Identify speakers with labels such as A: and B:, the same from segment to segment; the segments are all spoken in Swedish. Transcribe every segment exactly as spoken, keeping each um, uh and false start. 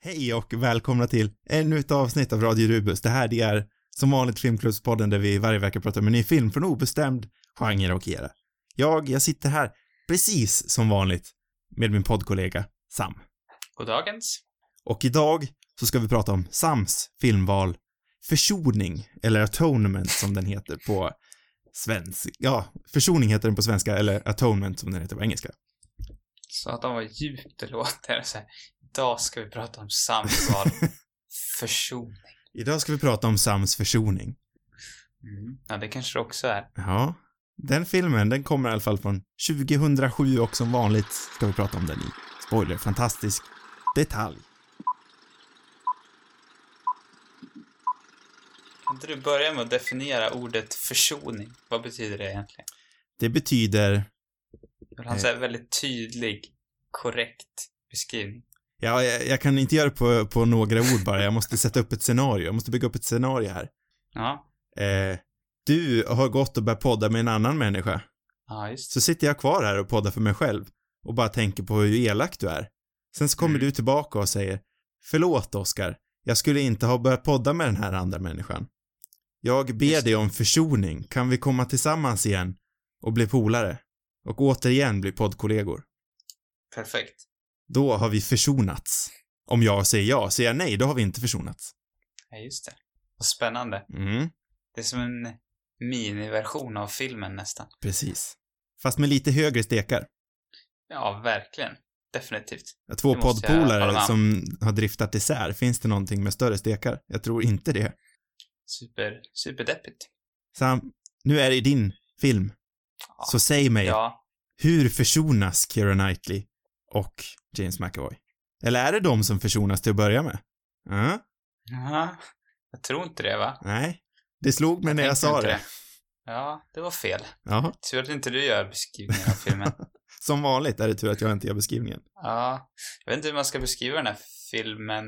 A: Hej och välkomna till ännu ett avsnitt av Radio Rubus. Det här det är som vanligt Filmklubbspodden där vi varje vecka pratar om en ny film från obestämd genre och era. Jag, jag sitter här precis som vanligt med min poddkollega Sam.
B: God dagens.
A: Och idag så ska vi prata om Sams filmval Försoning, eller Atonement som den heter på svenska. Ja, Försoning heter den på svenska, eller Atonement som den heter på engelska.
B: Så att de var djupt det låter så här. Idag ska vi prata om Sams val Försoning.
A: Idag ska vi prata om Sams försoning.
B: Mm. Ja, det kanske det också är.
A: Ja, den filmen, den kommer i alla fall från tjugohundrasju och som vanligt ska vi prata om den i spoiler, fantastisk detalj.
B: Kan inte du börja med att definiera ordet försoning? Vad betyder det egentligen?
A: Det betyder...
B: Jag vill ha en så här väldigt tydlig, korrekt beskrivning.
A: Ja, jag, jag kan inte göra det på, på några ord bara. Jag måste sätta upp ett scenario. Jag måste bygga upp ett scenario här.
B: Ja.
A: Eh, du har gått och börjat podda med en annan människa.
B: Ja, just.
A: Så sitter jag kvar här och poddar för mig själv. Och bara tänker på hur elak du är. Sen så kommer
B: Mm.
A: du tillbaka och säger: förlåt Oskar, jag skulle inte ha börjat podda med den här andra människan. Jag ber
B: Just.
A: dig om försoning. Kan vi komma tillsammans igen och bli polare? Och återigen bli poddkollegor.
B: Perfekt.
A: Då har vi försonats. Om jag säger ja, säger jag nej, då har vi inte försonats.
B: Ja, just det. Vad spännande.
A: Mm,
B: Det är som en miniversion av filmen nästan.
A: precis. Fast med lite högre stekar.
B: Ja, verkligen. Definitivt.
A: Två
B: Det måste jag hålla
A: poddpolare
B: med om.
A: som har driftat isär. Finns det någonting med större stekar? Jag tror inte det.
B: Super, superdeppigt.
A: Sam, nu är det din film.
B: Ja.
A: Så säg mig,
B: Ja.
A: hur försonas Keira Knightley och James McAvoy? Eller är det de som försonas till att börja med? Uh?
B: Ja. Jag tror inte det, va?
A: Nej, det slog mig när jag
B: tänkte
A: sa
B: inte
A: det.
B: Ja, det var fel.
A: Ja,
B: Tur att inte du gör beskrivningen av filmen.
A: som vanligt är det tur att jag inte gör beskrivningen.
B: Ja, jag vet inte hur man ska beskriva den här filmen.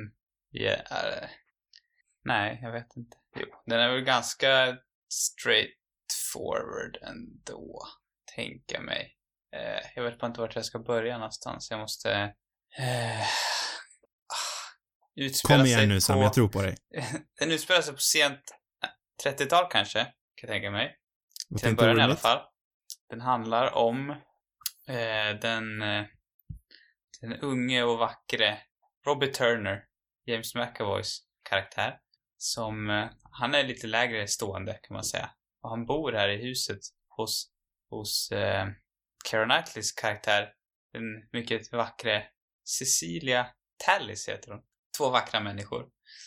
B: Yeah. Nej, jag vet inte. Jo, den är väl ganska straightforward ändå, tänker mig. Eh, jag vet bara inte vart jag ska börja någonstans. Jag måste... Eh, ah, utspela
A: Kom igen
B: sig
A: nu
B: på...
A: Sam, jag tror på dig.
B: Den utspelar sig på sent trettiotal kanske, kan jag tänka mig.
A: Vad
B: Till en
A: tänkte
B: början
A: du
B: i alla
A: roligt?
B: fall. Den handlar om eh, den, eh, den unge och vackre Robbie Turner, James McAvoys karaktär. Som, eh, han är lite lägre stående kan man säga. Och han bor här i huset hos, hos eh, Keira Knightleys karaktär. Den mycket vackre Cecilia Tallis heter hon. Två vackra människor.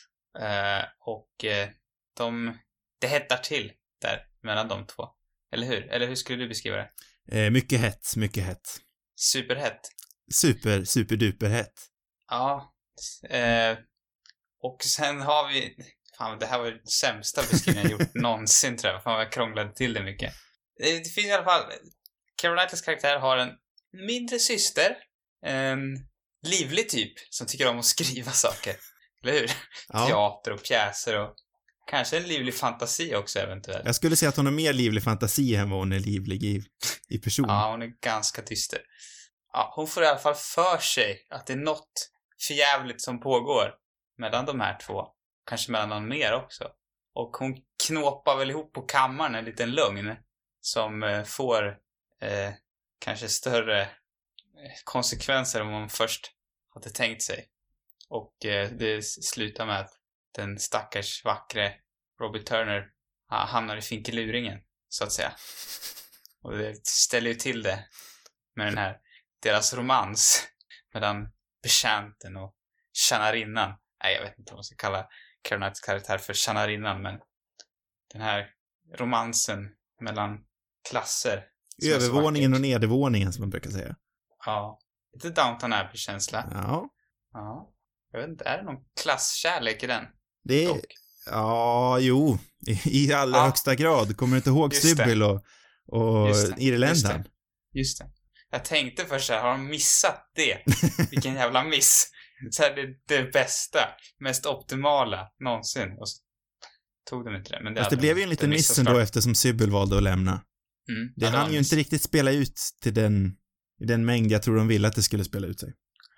B: Eh, och eh, de, det hettar till där mellan de två. Eller hur? Eller hur skulle du beskriva det?
A: Eh, mycket hett, mycket hett.
B: Superhett.
A: Super, superduper hett.
B: Ja. Eh, och sen har vi... Fan, det här var den sämsta beskrivningen jag gjort någonsin, tror jag. Fan, jag krånglade till det mycket. Det, det finns i alla fall... Keira Knightleys karaktär har en mindre syster. En livlig typ som tycker om att skriva saker. Eller hur?
A: Ja.
B: Teater och pjäser och... Kanske en livlig fantasi också eventuellt.
A: Jag skulle säga att hon har mer livlig fantasi än vad hon är livlig i, i person.
B: Ja, hon är ganska dyster. Ja, hon får i alla fall för sig att det är något förjävligt som pågår mellan de här två. Kanske mellan någon mer också. Och hon knåpar väl ihop på kammaren en liten lögn som eh, får eh, kanske större eh, konsekvenser än vad hon först hade tänkt sig. Och eh, det slutar med att den stackars vackre Robbie Turner ha, hamnar i finkeluringen, så att säga. Och det ställer ju till det med den här, deras romans mellan betjänten och tjänarinnan. Nej, jag vet inte om man ska kalla Keira Knightleys karaktär för tjänarinnan, men den här romansen mellan klasser. som är så
A: Övervåningen
B: vackert.
A: och nedervåningen som man brukar säga.
B: Ja, lite Downton Abbey-känsla.
A: Ja,
B: Ja, jag vet inte, är det någon klasskärlek i den?
A: det är...
B: Dock.
A: Ja, jo. I, i allra
B: Ja.
A: högsta grad. Kommer du inte ihåg
B: Just det.
A: Sybil och, och
B: Just det, just
A: Irländan?
B: det. Just det. Jag tänkte först så här, har de missat det? Vilken jävla miss. Så här, det, det bästa, mest optimala någonsin. Och så tog de inte det. Men det,
A: Fast det
B: hade
A: blev
B: de
A: ju en liten
B: inte
A: miss
B: missat
A: ändå
B: klart.
A: eftersom Sybil valde att lämna.
B: Mm,
A: Det
B: ja, var
A: hann
B: en
A: ju
B: miss.
A: inte riktigt spela ut till den, i den mängd jag tror de ville att det skulle spela ut sig.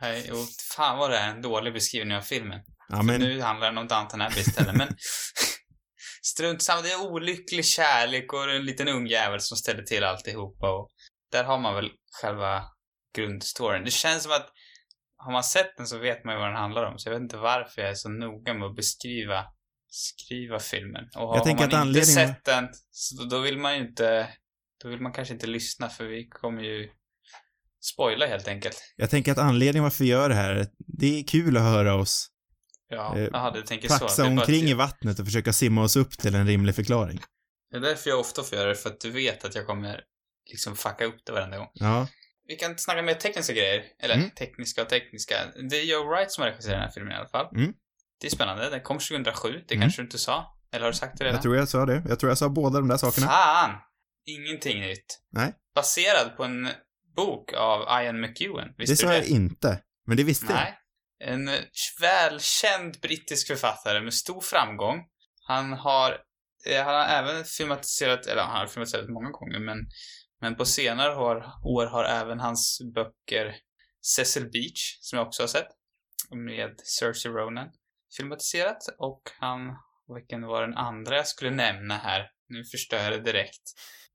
B: Nej, och fan vad det är en dålig beskrivning av filmen.
A: Ja, men...
B: Nu handlar det om något annat än här istället, men strunt samma, det är olycklig kärlek och en liten ung jävel som ställer till alltihopa, och där har man väl själva grundstoryn. Det känns som att har man sett den så vet man ju vad den handlar om, så jag vet inte varför jag är så noga med att beskriva skriva filmen. Och har,
A: jag tänker
B: har man
A: att
B: inte
A: anledningen...
B: sett den, så då vill man ju inte då vill man kanske inte lyssna, för vi kommer ju spoila helt enkelt.
A: Jag tänker att anledningen varför vi gör det här, det är kul att höra oss
B: Ja,
A: eh,
B: aha, du tänker
A: taxa
B: så.
A: omkring
B: att...
A: i vattnet och försöka simma oss upp till en rimlig förklaring.
B: Det är därför jag ofta får göra det, för att du vet att jag kommer liksom fucka upp det varenda gång.
A: Ja.
B: Vi kan snacka mer tekniska grejer. Eller
A: Mm.
B: tekniska och tekniska. Det är Joe Wright som har regisserat den här filmen i alla fall.
A: Mm.
B: Det är spännande. Den kom tjugohundrasju. Det
A: Mm.
B: kanske du inte sa. Eller har du sagt det redan?
A: Jag tror jag sa det. Jag tror jag sa båda de där sakerna.
B: Fan! Ingenting nytt.
A: Nej.
B: Baserad på en bok av Ian McEwan. Visste
A: Det sa
B: du det?
A: jag inte. Men det visste
B: Nej. En välkänd brittisk författare med stor framgång. Han har, eh, han har även filmatiserat, eller han har filmatiserat många gånger, men, men på senare år, år har även hans böcker Cecil Beach, som jag också har sett, med Saoirse Ronan, filmatiserat. Och han, vilken var den andra jag skulle nämna här? Nu förstör jag det direkt.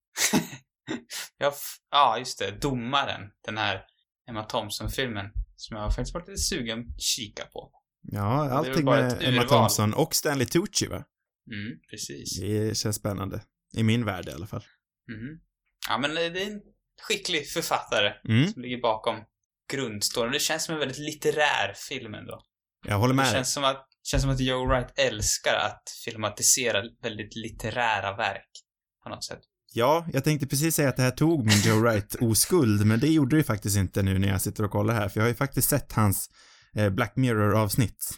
B: Ja, f- ja, just det. Domaren. Den här Emma Thompson-filmen som jag har faktiskt varit lite sugen att kika på.
A: Ja,
B: Det är
A: allting
B: väl bara
A: med
B: ett
A: Emma
B: urval.
A: Thompson och Stanley Tucci, va?
B: Mm, precis.
A: Det känns spännande. I min värld i alla fall.
B: Mm. Ja, men det är en skicklig författare
A: Mm.
B: som ligger bakom grundstoryn. Det känns som en väldigt litterär film ändå.
A: Jag håller med
B: Det
A: dig.
B: känns som att, känns som att Joe Wright älskar att filmatisera väldigt litterära verk på något sätt.
A: Ja, jag tänkte precis säga att det här tog min Joe Wright oskuld, men det gjorde det ju faktiskt inte nu när jag sitter och kollar här, för jag har ju faktiskt sett hans eh, Black Mirror-avsnitt.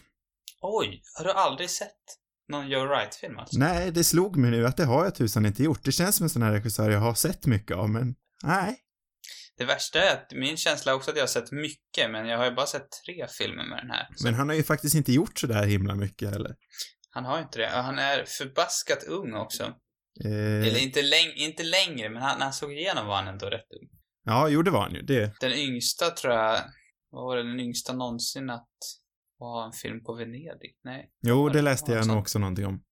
B: Oj, har du aldrig sett någon Joe Wright-film alltså?
A: Nej, det slog mig nu att det har jag tusan inte gjort. Det känns som en sån här regissör jag har sett mycket av, men nej.
B: Det värsta är att min känsla är också att jag har sett mycket, men jag har ju bara sett tre filmer med den här. Så
A: Men han har ju faktiskt inte gjort så där himla mycket heller.
B: han har ju inte det. Och han är förbaskat ung också.
A: Eh,
B: Eller inte, läng- inte längre, men han, när han såg igenom var han ändå rätt ung.
A: ja, jo, det var han ju. Det.
B: Den yngsta tror jag, vad var det, den yngsta någonsin att ha en film på Venedig? Nej.
A: Jo, det läste
B: Ja,
A: jag
B: så-
A: nog också någonting om.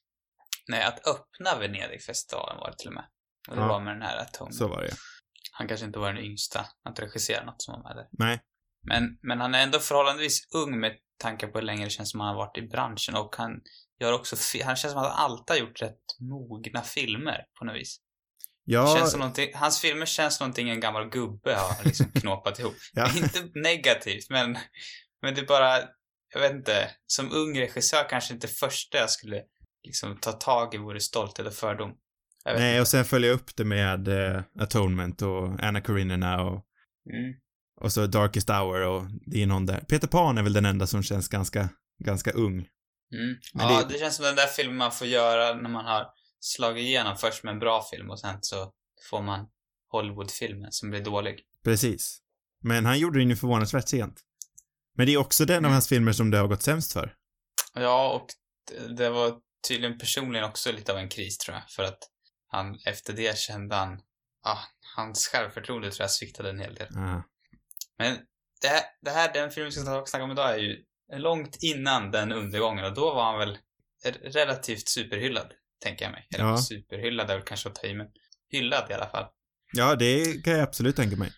B: Nej, att öppna Venedigfestivalen var det till och med. Och det
A: Ja.
B: var med den här Atonement.
A: Så var det.
B: Han kanske inte var den yngsta att regissera något som var med där.
A: Nej.
B: Men, men han är ändå förhållandevis ung med tanke på hur länge det känns som han har varit i branschen. Och han gör också, fi- han känns som att han alltid har gjort rätt mogna filmer på något vis.
A: Ja,
B: Känns som någonting, hans filmer känns som någonting en gammal gubbe har liksom knåpat ihop.
A: Ja.
B: Inte negativt, men, men det är bara, jag vet inte, som ung regissör kanske inte första jag skulle liksom ta tag i vore stolthet och fördom. Jag vet
A: nej,
B: inte.
A: och sen följa upp det med eh, Atonement och Anna Karenina och,
B: Mm.
A: och så Darkest Hour och det är någon där. Peter Pan är väl den enda som känns ganska, ganska ung.
B: Mm.
A: Men
B: Ja,
A: det-
B: det... känns som den där filmen man får göra när man har slagit igenom först med en bra film och sen så får man Hollywoodfilmen som blir dålig.
A: Precis. Men han gjorde det ju förvånansvärt sent. Men det är också den av
B: Mm.
A: hans filmer som det har gått sämst för.
B: Ja, och det, det var tydligen personligen också lite av en kris tror jag. För att han, efter det kände han, ja, hans självförtroende tror jag sviktade en hel del.
A: Ah.
B: Men det här, det här den filmen vi ska snacka om idag är ju långt innan den undergången och då var han väl relativt superhyllad, tänker jag mig. Eller
A: Ja.
B: superhyllad är väl kanske att ta i, men hyllad i alla fall.
A: Ja, det kan jag absolut tänka mig.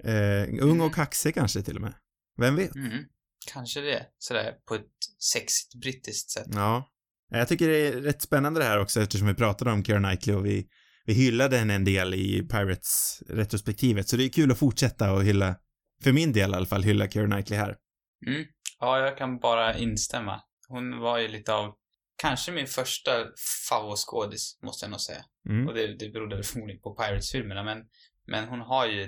A: Eh, ung och kaxig kanske till och med. Vem vet?
B: Mm. Kanske det. Sådär på ett sexigt brittiskt sätt.
A: Ja. Jag tycker det är rätt spännande det här också eftersom vi pratade om Keira Knightley och vi, vi hyllade henne en del i Pirates-retrospektivet. Så det är kul att fortsätta och hylla, för min del i alla fall, hylla Keira Knightley här.
B: Mm. Ja, jag kan bara instämma. Hon var ju lite av, kanske min första favoritskådis, måste jag nog säga.
A: Mm.
B: Och det, det berodde väl förmodligen på Pirates-filmerna, men, men hon har ju ett,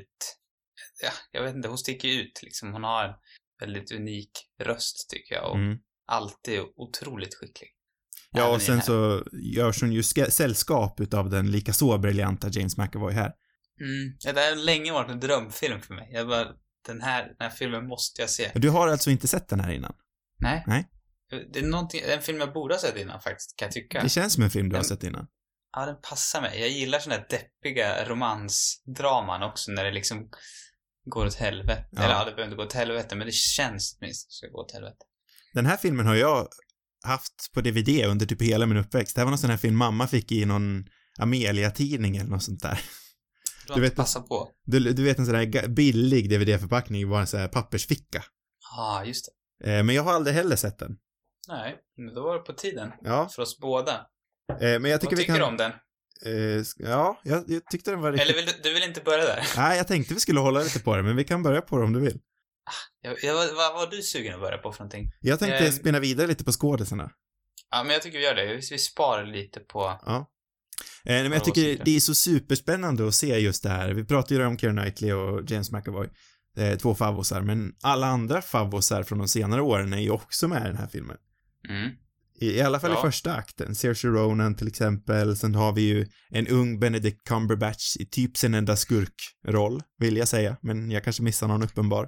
B: ja, jag vet inte, hon sticker ut liksom. Hon har en väldigt unik röst tycker jag och
A: Mm.
B: alltid otroligt skicklig.
A: Ja,
B: Även
A: och
B: i
A: sen
B: den här.
A: så görs hon ju ska- sällskap utav den lika så briljanta James McAvoy här.
B: Mm. Ja, det har länge varit en drömfilm för mig. Jag bara, den här, den här filmen måste jag se.
A: Du har alltså inte sett den här innan?
B: Nej.
A: Nej.
B: Det är någonting, en film jag borde ha sett innan faktiskt, kan jag tycka.
A: Det känns som en film du har
B: Den-
A: sett innan.
B: Ja, den passar mig. Jag gillar såna här deppiga romansdraman också när det liksom går åt helvete.
A: Ja.
B: Eller ja, det behöver inte gå åt helvete, men det känns minst ska gå åt helvete.
A: Den här filmen har jag haft på D V D under typ hela min uppväxt. Det här var någon sån här film mamma fick i någon Amelia-tidning eller något sånt där.
B: Du vet, passa på.
A: Du, du vet en sån här billig D V D-förpackning var en sån här pappersficka.
B: Ja, ah, just det.
A: Eh, men jag har aldrig heller sett den.
B: Nej, men då var det på tiden.
A: Ja.
B: För oss båda.
A: Eh, men jag tycker
B: Vad
A: vi
B: tycker
A: kan...
B: du om den?
A: Eh, ja, jag, jag tyckte den var riktigt...
B: Eller vill du, du vill inte börja där?
A: Nej, jag tänkte vi skulle hålla lite på det, men vi kan börja på det om du vill.
B: Jag, jag, vad, vad var du sugen att börja på för någonting?
A: Jag tänkte
B: Eh,
A: spinna vidare lite på skådisarna.
B: Ja, men jag tycker vi gör det. Vi, vi sparar lite på...
A: Ja. Eh, men
B: Ja,
A: jag tycker
B: åsikter.
A: det är så superspännande att se just det här. Vi pratade ju om Keira Knightley och James McAvoy. Eh, två favvosar, men alla andra favvosar från de senare åren är ju också med i den här filmen.
B: Mm.
A: I, i alla fall
B: Ja.
A: i första akten. Saoirse Ronan till exempel. Sen har vi ju en ung Benedict Cumberbatch i typ sin enda skurkroll, vill jag säga. Men jag kanske missar någon uppenbar.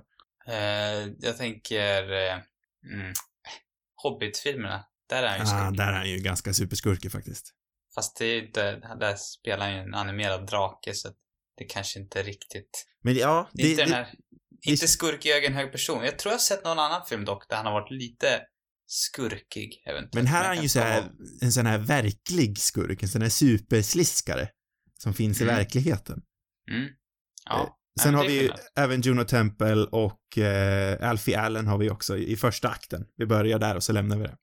B: Eh, jag tänker... Eh, mm, Hobbit-filmerna. Där är han ju
A: Ah,
B: skurk.
A: där är han ju ganska superskurkig faktiskt. Fast
B: Fast det är ju inte... Där spelar han ju en animerad drake, så att det kanske inte riktigt...
A: Men ja,
B: Det är inte
A: det,
B: den här... Inte skurk i ögon hög person. Jag tror jag har sett någon annan film dock där han har varit lite skurkig. Eventuellt.
A: men här är
B: jag
A: han
B: kan
A: ju så
B: inte
A: här,
B: ha-
A: en sån här verklig skurk, en sån här supersliskare som finns
B: Mm.
A: i verkligheten.
B: Mm. Ja.
A: Eh, Sen
B: men
A: har
B: det är
A: vi ju
B: skillnad.
A: även Juno Temple och eh, Alfie Allen har vi också i, i första akten. Vi börjar där och så lämnar vi det.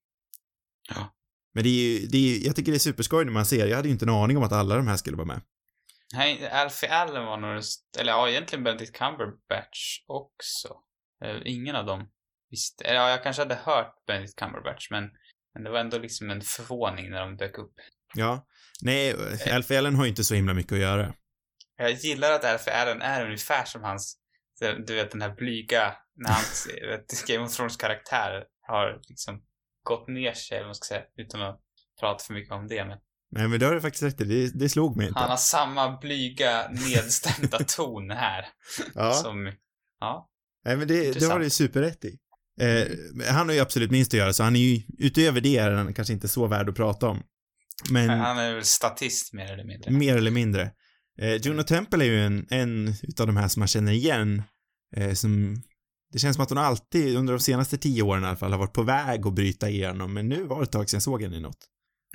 B: Ja.
A: Men det är ju, det är ju, jag tycker det är superskoj när man ser. Jag hade ju inte en aning om att alla de här skulle vara med.
B: Nej, Alfie Allen var nog... Eller ja, egentligen Benedict Cumberbatch också. Eh, Ingen av dem visste... Eller ja, jag kanske hade hört Benedict Cumberbatch, men, men det var ändå liksom en förvåning när de dök upp.
A: Ja. Nej, Alfie Allen har ju inte så himla mycket att göra.
B: Jag gillar att Alfie Allen är ungefär som hans... Du vet, den här blyga... När hans vet, Game of Thrones karaktär har liksom gått ner sig, eller vad man ska säga, utan att prata för mycket om det, men
A: Nej, men det har du faktiskt rätt i. Det, det slog mig inte.
B: han har samma blyga, nedstämda ton här.
A: Ja.
B: Som... Ja.
A: Nej, men det, det
B: Intressant.
A: har du ju superrätt i. Eh, han har ju absolut minst att göra, så han är ju, utöver det är han kanske inte så värd att prata om. Men
B: Han är väl statist mer eller mindre.
A: mer eller mindre. Eh, Juno Temple är ju en, en utav de här som man känner igen. Eh, som, det känns som att hon alltid, under de senaste tio åren i alla fall, har varit på väg att bryta igenom. Men nu var det ett tag sedan jag såg henne i något.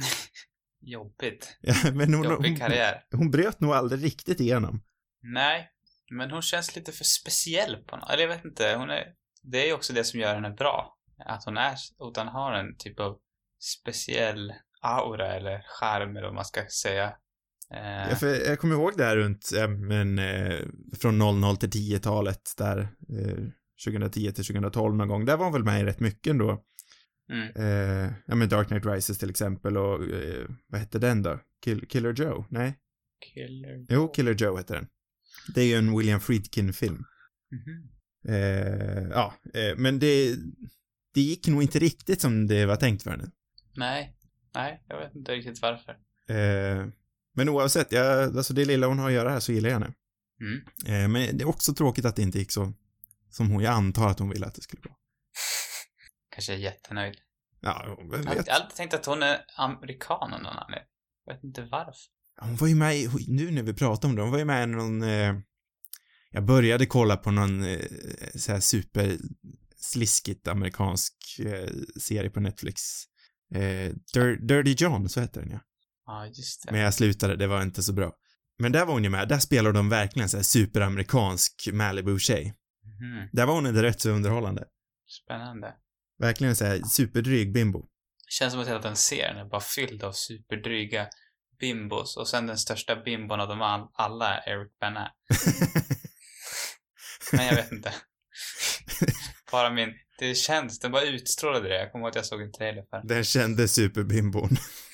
B: Jobbigt.
A: Ja, men hon,
B: Jobbig
A: hon,
B: karriär.
A: hon bröt nog aldrig riktigt igenom.
B: Nej, men hon känns lite för speciell på något. Eller jag vet inte, hon är... Det är ju också det som gör henne bra. Att hon är, utan har en typ av speciell aura eller charm eller vad man ska säga. Eh,
A: Ja, för jag kommer ihåg det här runt, ja, men, eh, från noll noll till tio-talet där, eh, tjugohundratio till tjugohundratolv någon gång. Där var hon väl med i rätt mycket ändå.
B: mm.
A: Eh, ja, men Dark Knight Rises till exempel och, eh, vad hette den då? Kill, Killer Joe? Nej?
B: Killer.
A: Jo, Killer Joe heter den. Det är ju en William Friedkin-film.
B: Mhm.
A: Eh, ja, eh, men det, det gick nog inte riktigt som det var tänkt för henne.
B: Nej, nej, jag vet inte riktigt varför.
A: Eh, men oavsett, jag, alltså det lilla hon har att göra här så gillar jag henne.
B: Mm.
A: Eh, men det är också tråkigt att det inte gick så som hon, jag antar att hon ville att det skulle gå.
B: Kanske är jättenöjd.
A: Ja, vem
B: Jag har
A: vet.
B: alltid tänkt att hon är amerikan av någon anledning. Jag vet inte varför.
A: Hon var ju med i, nu när vi pratar om det, hon var ju med i någon, eh, jag började kolla på någon eh, så här super sliskigt amerikansk eh, serie på Netflix. Eh, Dir- Dirty John, så heter den ja.
B: Ja, just det.
A: Men jag slutade, det var inte så bra. Men där var hon ju med, där spelade de verkligen så här superamerikansk Malibu-tjej.
B: Mhm.
A: Där var hon inte rätt så underhållande.
B: Spännande.
A: Verkligen så här superdryg bimbo.
B: Känns som att hela den serien är bara fylld av superdryga bimbos. Och sen den största bimbon av dem all, alla är Eric Bana. Men jag vet inte. Bara min... Det känns, den bara utstrålade det. Jag kommer ihåg att jag såg en trailer för den.
A: Den kände superbimbon.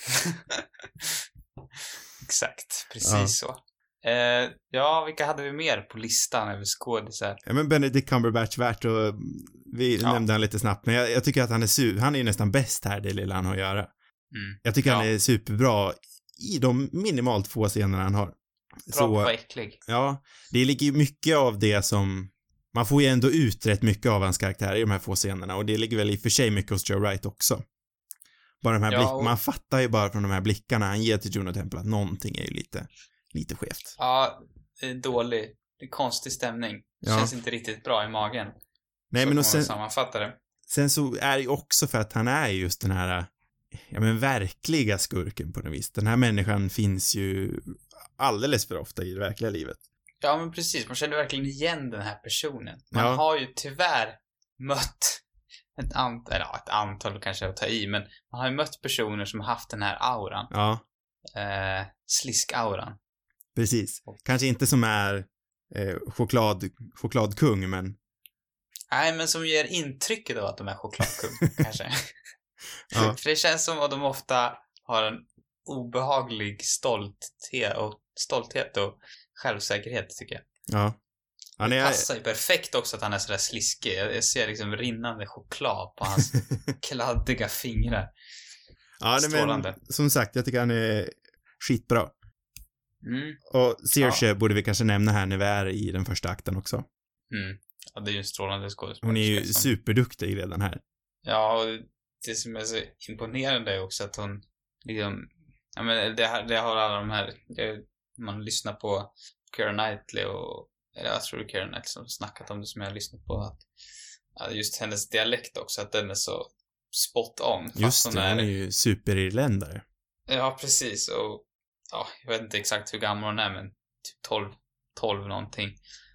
B: Exakt, precis
A: Ja.
B: så. Eh, ja, vilka hade vi mer på listan över skådisar?
A: Ja, men Benedict Cumberbatch värt och vi
B: Ja.
A: nämnde han lite snabbt, men jag, jag tycker att han är su- han är ju nästan bäst här, det lilla han har att göra.
B: Mm.
A: Jag tycker
B: Ja.
A: han är superbra i de minimalt få scener han har.
B: Bra på att vara äcklig.
A: ja, det ligger ju mycket av det som, man får ju ändå ut rätt mycket av hans karaktär i de här få scenerna, och det ligger väl i och för sig mycket hos Joe Wright också. Bara de här
B: Ja,
A: blick,
B: och-
A: man fattar ju bara från de här blickarna han ger till Juno Temple att någonting är ju lite, lite skevt.
B: Ja, det är dålig det är konstig stämning. Det
A: Ja.
B: känns inte riktigt bra i magen.
A: Nej,
B: så
A: men och
B: kan man
A: sen,
B: sammanfatta det.
A: sen så är det ju också för att han är just den här, ja men verkliga skurken på något vis. Den här människan finns ju alldeles för ofta i det verkliga livet.
B: Ja, men precis. Man känner verkligen igen den här personen. Man
A: Ja.
B: har ju tyvärr mött ett antal, eller ja, ett antal kanske att ta i, men man har ju mött personer som har haft den här auran.
A: Ja,
B: Eh, slisk-auran.
A: precis. Kanske inte som är eh, choklad, chokladkung, men
B: Nej, men som ger intrycket av att de är chokladkung, kanske.
A: ja,
B: För det känns som att de ofta har en obehaglig stolthet och, stolthet och självsäkerhet, tycker jag.
A: ja. Han
B: Det
A: är,
B: passar ju perfekt också att han är sådär sliskig. Jag jag ser liksom rinnande choklad på hans kladdiga fingrar.
A: ja, nej,
B: Strålande.
A: men som sagt, jag tycker han är skitbra.
B: Mm,
A: Och Saoirse borde vi kanske nämna här när vi är i den första akten också.
B: mm. Ja, det är ju en strålande skådespelare.
A: Hon är ju
B: som...
A: superduktig redan här.
B: Ja, och det som är så imponerande är också att hon liksom... Ja, men det, här, det har alla de här... Det, man lyssnar på Keira Knightley och... Eller jag tror det är Keira Knightley som snackat om det, som jag har lyssnat på. Att, ja, just hennes dialekt också, att den är så spot on. Fast
A: Just
B: hon
A: det,
B: är,
A: hon är ju superirländare.
B: Ja, precis. Och ja, jag vet inte exakt hur gammal hon är, men typ tolv, tolv någonting.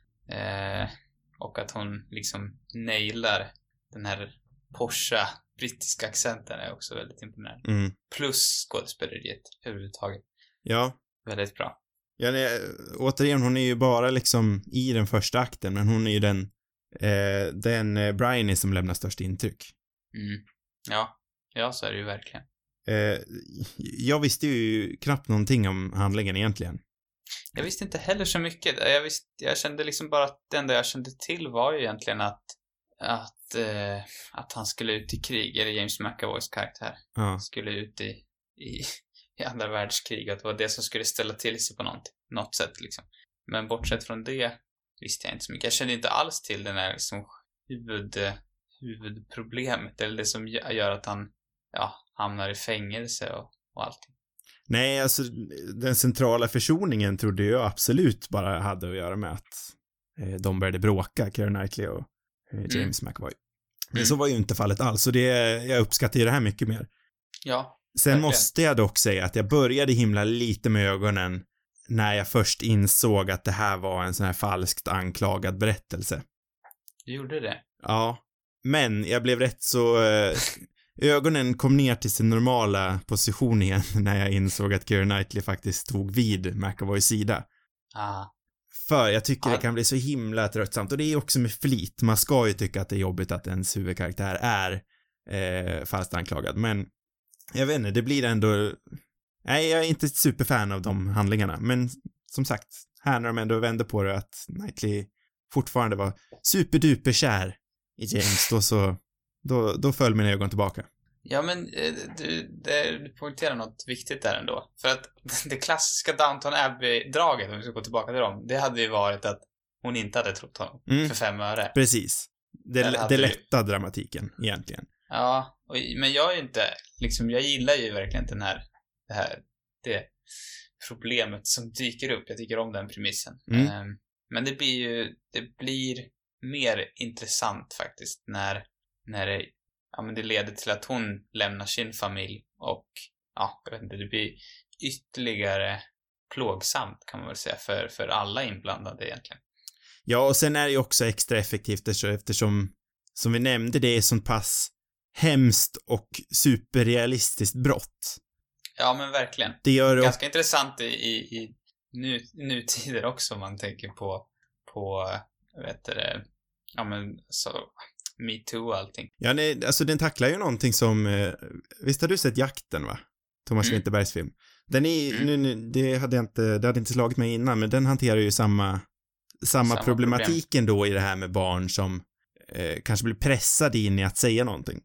B: Eh, och att hon liksom nailar den här Porsche brittiska accenten är också väldigt imponerande.
A: Mm.
B: Plus skådespeleriet överhuvudtaget.
A: Ja.
B: Väldigt bra.
A: Ja, nej, återigen, hon är ju bara liksom i den första akten, men hon är ju den eh, den eh, Bryony som lämnar störst intryck.
B: Mm. Ja, ja, så är det ju verkligen.
A: Eh, jag visste ju knappt någonting om handlingen egentligen.
B: Jag visste inte heller så mycket. Jag, visste, jag kände liksom bara att det enda jag kände till var ju egentligen att att, eh, att han skulle ut i krig, eller James McAvoys karaktär
A: Ja.
B: skulle ut i, i, i andra världskrig, att det var det som skulle ställa till sig på något, något sätt liksom. Men bortsett från det visste jag inte så mycket. Jag kände inte alls till den här liksom huvud, huvudproblemet, eller det som gör att han ja, hamnar i fängelse och, och allting.
A: Nej, alltså den centrala försoningen trodde jag absolut bara hade att göra med att eh, de började bråka, Keira Knightley och eh, James mm. McAvoy. Men mm. så var ju inte fallet alls, så det, jag uppskattar ju det här mycket mer.
B: Ja.
A: Sen
B: verkligen.
A: Måste jag dock säga att jag började himla lite med ögonen när jag först insåg att det här var en sån här falskt anklagad berättelse.
B: Du gjorde det?
A: Ja. Men jag blev rätt så... Eh, ögonen kom ner till sin normala position igen när jag insåg att Keira Knightley faktiskt stod vid McAvoys sida.
B: Ah.
A: För jag tycker
B: ah.
A: det kan bli så himla tröttsamt. Och det är också med flit. Man ska ju tycka att det är jobbigt att ens huvudkaraktär är eh, falskt anklagad. Men jag vet inte, det blir ändå... Nej, jag är inte superfan av de handlingarna. Men som sagt, här när de ändå vände på det att Knightley fortfarande var superduper kär i James, då så... Då, då föll mina ögon tillbaka.
B: Ja, men du, det, du poängterar något viktigt där ändå. För att det klassiska Downton Abbey-draget, om vi ska gå tillbaka till dem, det hade ju varit att hon inte hade trott honom mm. för fem öre.
A: Precis. Det, det lätta dramatiken, egentligen.
B: Ja, och, men jag är ju inte, liksom, jag gillar ju verkligen den här, det här, det problemet som dyker upp. Jag tycker om den premissen.
A: Mm.
B: Um, men det blir ju, det blir mer intressant faktiskt när när det, ja, men det leder till att hon lämnar sin familj och ja, jag vet inte, det blir ytterligare plågsamt kan man väl säga för, för alla inblandade egentligen.
A: Ja, och sen är det ju också extra effektivt eftersom, som vi nämnde, det är sånt pass hemskt och superrealistiskt brott.
B: Ja, men verkligen.
A: Det gör det
B: ganska och... intressant i, i, i nu, nutider också, om man tänker på på, vet det, ja men så Me Too och allting.
A: Ja, nej, alltså den tacklar ju någonting som... Eh, visst har du sett Jakten, va? Thomas mm. Winterbergs film. Den är... Mm. Nu, nu, det, hade jag inte, det hade inte slagit mig innan, men den hanterar ju samma... Samma, samma problematiken problem. Då i det här med barn som eh, kanske blir pressade in i att säga någonting.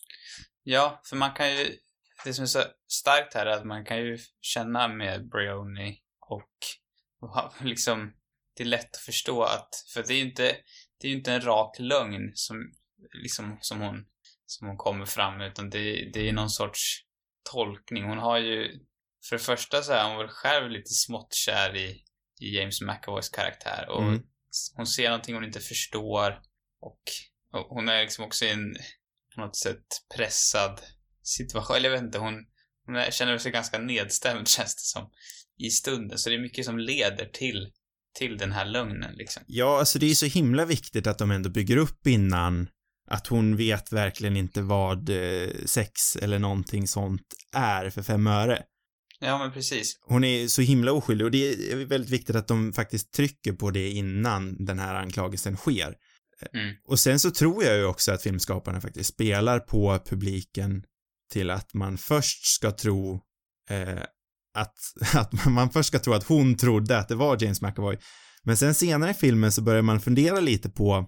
B: Ja, för man kan ju... Det som är så starkt här är att man kan ju känna med Bryony och, och liksom... Det är lätt att förstå att... För det är ju inte... Det är ju inte en rak lögn som, liksom, som, hon, som hon kommer fram, utan det, det är någon sorts tolkning. Hon har ju, för det första så är hon väl själv lite smått kär i, i James McAvoys karaktär. Och
A: Mm.
B: hon ser någonting hon inte förstår. Och, och hon är liksom också i en på något sätt pressad situation. Eller jag vet inte, hon, hon är, känner sig ganska nedstämd, känns det som, i stunden. Så det är mycket som leder till, till den här lögnen liksom.
A: Ja, alltså det är så himla viktigt att de ändå bygger upp innan att hon vet verkligen inte vad eh, sex eller någonting sånt är för fem öre.
B: Ja, men precis.
A: Hon är så himla oskyldig och det är väldigt viktigt att de faktiskt trycker på det innan den här anklagelsen sker.
B: Mm.
A: Och sen så tror jag ju också att filmskaparna faktiskt spelar på publiken till att man först ska tro eh, att, att man först ska tro att hon trodde att det var James McAvoy. Men sen senare i filmen så börjar man fundera lite på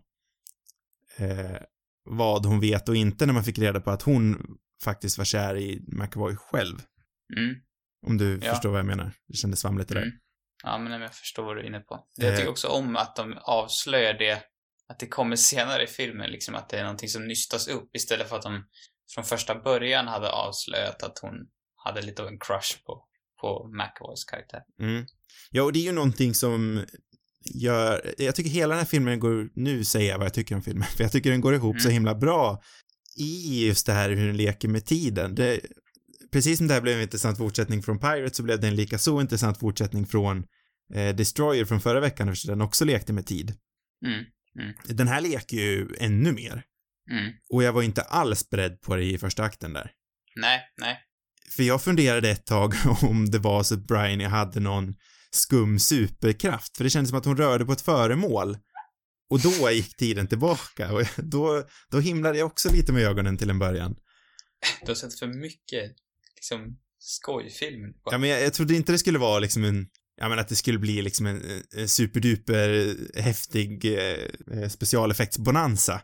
A: eh, vad hon vet och inte när man fick reda på att hon faktiskt var kär i McAvoy själv.
B: Mm.
A: Om du
B: Ja.
A: förstår vad jag menar. Det kändes svamligt det där.
B: Mm. Ja, men jag förstår vad du är inne på. Det jag tycker också om att de avslöjar det, att det kommer senare i filmen, liksom att det är någonting som nystas upp istället för att de från första början hade avslöjat att hon hade lite av en crush på, på McAvoys karaktär.
A: Mm. Ja, och det är ju någonting som gör, jag tycker hela den här filmen går, nu säger jag vad jag tycker om filmen, för jag tycker den går ihop mm. så himla bra i just det här hur den leker med tiden. Det, precis som det här blev en intressant fortsättning från Pirates så blev det en lika så intressant fortsättning från eh, Destroyer från förra veckan, eftersom den också lekte med tid.
B: Mm. Mm.
A: Den här leker ju ännu mer.
B: Mm.
A: Och jag var inte alls beredd på det i första akten där.
B: Nej, nej.
A: För jag funderade ett tag om det var så att Bryony hade någon skum superkraft. För det kändes som att hon rörde på ett föremål. Och då gick tiden tillbaka. Och då, då himlade jag också lite med ögonen till en början.
B: Du har sett för mycket liksom skojfilm.
A: Ja, men jag, jag trodde inte det skulle vara liksom en... Ja, men att det skulle bli liksom en, en superduper häftig eh, specialeffektsbonanza.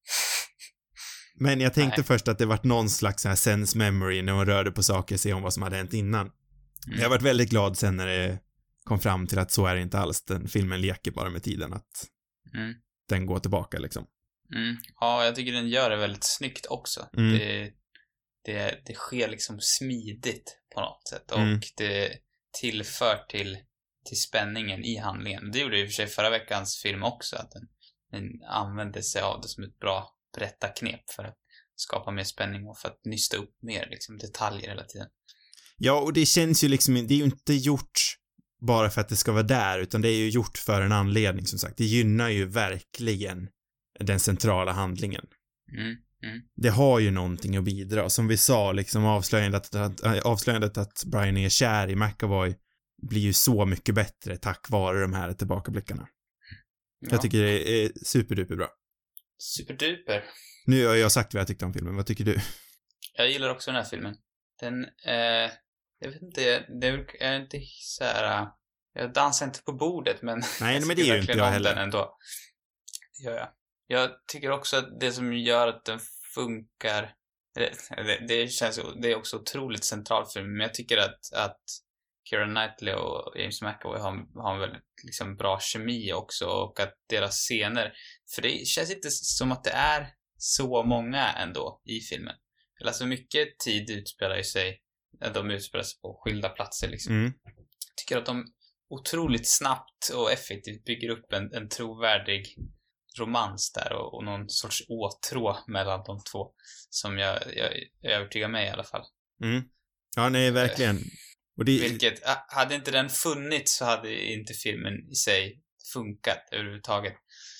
A: Men jag tänkte Nej. först att det var någon slags så här sense memory när hon rörde på saker, se om vad som hade hänt innan. Mm. Jag har varit väldigt glad sen när det kom fram till att så är det inte alls. Den filmen leker bara med tiden, att mm. den går tillbaka liksom.
B: Mm. Ja, jag tycker den gör det väldigt snyggt också. Mm. Det, det, det sker liksom smidigt på något sätt och mm. det tillför till, till spänningen i handlingen. Det gjorde ju i och för sig förra veckans film också, att den, den använde sig av det som ett bra berättarknep för att skapa mer spänning och för att nysta upp mer liksom, detaljer hela tiden.
A: Ja, och det känns ju liksom, det är ju inte gjort bara för att det ska vara där, utan det är ju gjort för en anledning, som sagt. Det gynnar ju verkligen den centrala handlingen.
B: Mm, mm.
A: Det har ju någonting att bidra. Som vi sa, liksom avslöjandet att, avslöjandet att Brian är kär i McAvoy blir ju så mycket bättre tack vare de här tillbakablickarna. Ja. Jag tycker det är superduper bra.
B: Superduper.
A: Nu har jag sagt vad jag tyckte om filmen. Vad tycker du?
B: Jag gillar också den här filmen. Den, eh, jag vet inte, det är inte så här, jag dansar inte på bordet, men
A: nej, men det är ju inte jag heller.
B: Den ändå. Det gör jag. Jag tycker också att det som gör att den funkar, det, det, det känns, det är också otroligt centralt för mig, men jag tycker att, att Keira Knightley och James McAvoy har, har en väldigt liksom, bra kemi också, och att deras scener, för det känns inte som att det är så många ändå i filmen. Eller så mycket tid utspelar sig, de utspelar sig på skilda platser liksom.
A: Mm.
B: Jag tycker att de otroligt snabbt och effektivt bygger upp en, en trovärdig romans där och, och någon sorts åtrå mellan de två som jag, jag, jag övertygar mig i alla fall.
A: Mm. Ja, nej, verkligen. Och det...
B: Vilket, hade inte den funnits så hade inte filmen i sig funkat överhuvudtaget.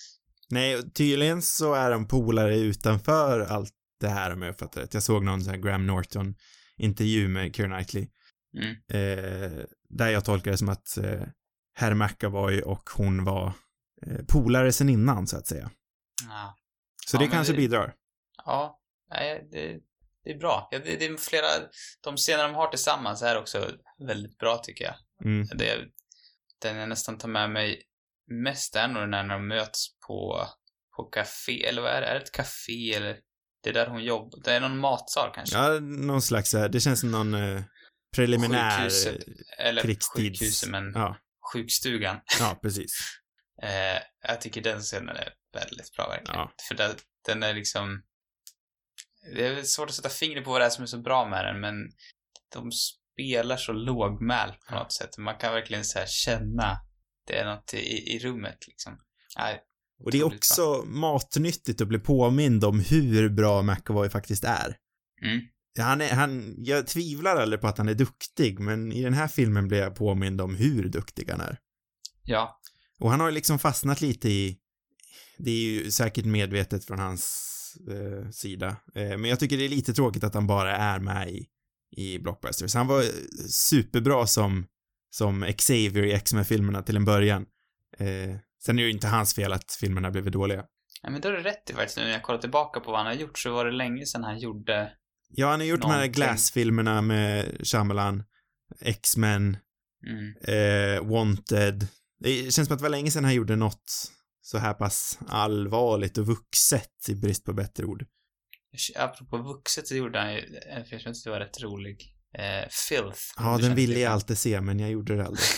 A: Nej, tydligen så är de polare utanför allt det här, om jag fattar det. Jag såg någon sån här Graham Norton-intervju med Keira Knightley.
B: Mm.
A: Eh, där jag tolkar det som att eh, herr McAvoy och hon var eh, polare sen innan, så att säga.
B: Ja.
A: Så
B: ja,
A: det kanske
B: det,
A: bidrar.
B: Ja, det, det är bra. Ja, det, det är flera, de scener de har tillsammans är också väldigt bra, tycker jag.
A: Mm.
B: Det, den jag nästan tar med mig mest är nog när de möts på, på café, eller vad är det? Är det ett café, eller det är där hon jobbar? Det är någon matsal kanske?
A: Ja, någon slags, det känns som någon eh, preliminär
B: sjukhuset, eller
A: krigstids...
B: sjukhuset, men
A: ja.
B: sjukstugan.
A: Ja, precis.
B: eh, jag tycker den scenen är väldigt bra verkligen.
A: Ja.
B: För den, den är liksom, det är svårt att sätta fingret på vad det är som är så bra med den, men de spelar så lågmält på något sätt. Man kan verkligen så här känna det är något i, i rummet liksom. Nej,
A: och det är också bra. Matnyttigt att bli påmind om hur bra McAvoy faktiskt är.
B: Mm.
A: Han är, han, jag tvivlar aldrig på att han är duktig, men i den här filmen blir jag påmind om hur duktig han är.
B: Ja.
A: Och han har ju liksom fastnat lite i, det är ju säkert medvetet från hans eh, sida, eh, men jag tycker det är lite tråkigt att han bara är med i, i Blockbusters. Han var superbra som, som Xavier i X-Men-filmerna till en början. Eh, sen är det ju inte hans fel att filmerna blev dåliga.
B: Ja, men då är det rätt i faktiskt. Nu när jag kollar tillbaka på vad han har gjort så var det länge sedan han gjorde.
A: Ja, han har gjort någonting. De här Glass-filmerna med Shyamalan, X-Men, mm. eh, Wanted. Det känns som att det var länge sedan han gjorde något så här pass allvarligt och vuxet i brist på bättre ord.
B: Apropå vuxet så gjorde han ju en film som det var rätt rolig. Eh, Filth.
A: Ja, den ville jag alltid se, men jag gjorde det aldrig.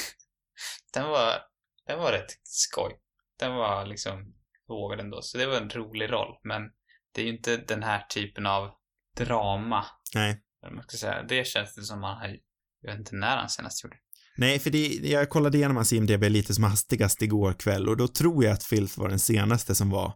B: den var den var rätt skoj. Den var liksom vågad ändå. Så det var en rolig roll. Men det är ju inte den här typen av drama.
A: Nej.
B: Man ska säga. Det känns det som man har, jag vet inte när han senast gjorde.
A: Nej, för det, jag kollade igenom hans I M D B lite som hastigast igår kväll och då tror jag att Filth var den senaste som var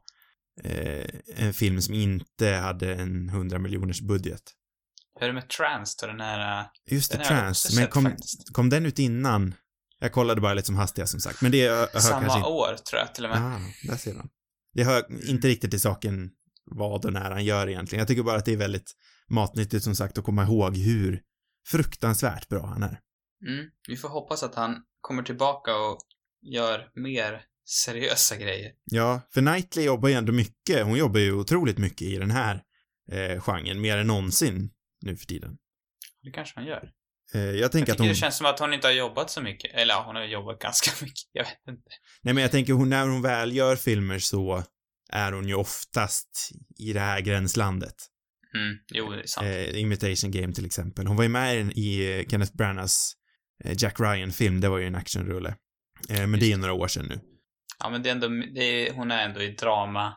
A: eh, en film som inte hade en hundra miljoners budget.
B: Hur är det med Trans då, den här...
A: Just det,
B: den
A: Trans. Men kom, kom den ut innan? Jag kollade bara lite som hastigast som sagt. Men det hör
B: Samma
A: kanske
B: år tror jag till och med.
A: Ah, där ser man. Det hör inte riktigt till saken vad och när han gör egentligen. Jag tycker bara att det är väldigt matnyttigt som sagt att komma ihåg hur fruktansvärt bra han är.
B: Mm, vi får hoppas att han kommer tillbaka och gör mer seriösa grejer.
A: Ja, för Knightley jobbar ju ändå mycket. Hon jobbar ju otroligt mycket i den här eh, genren, mer än någonsin nu för tiden.
B: Det kanske hon gör.
A: Eh, jag tänker
B: jag tycker
A: att hon...
B: det känns som att hon inte har jobbat så mycket. Eller ja, hon har jobbat ganska mycket. Jag vet inte.
A: Nej, men jag tänker hon, när hon väl gör filmer så är hon ju oftast i det här gränslandet.
B: Mm, jo, det är sant.
A: Eh, Imitation Game till exempel. Hon var ju med i Kenneth Branaghs Jack Ryan-film, det var ju en actionrulle. Eh, men det är ju några år sedan nu.
B: Ja, men det är ändå, det är, hon är ändå i drama.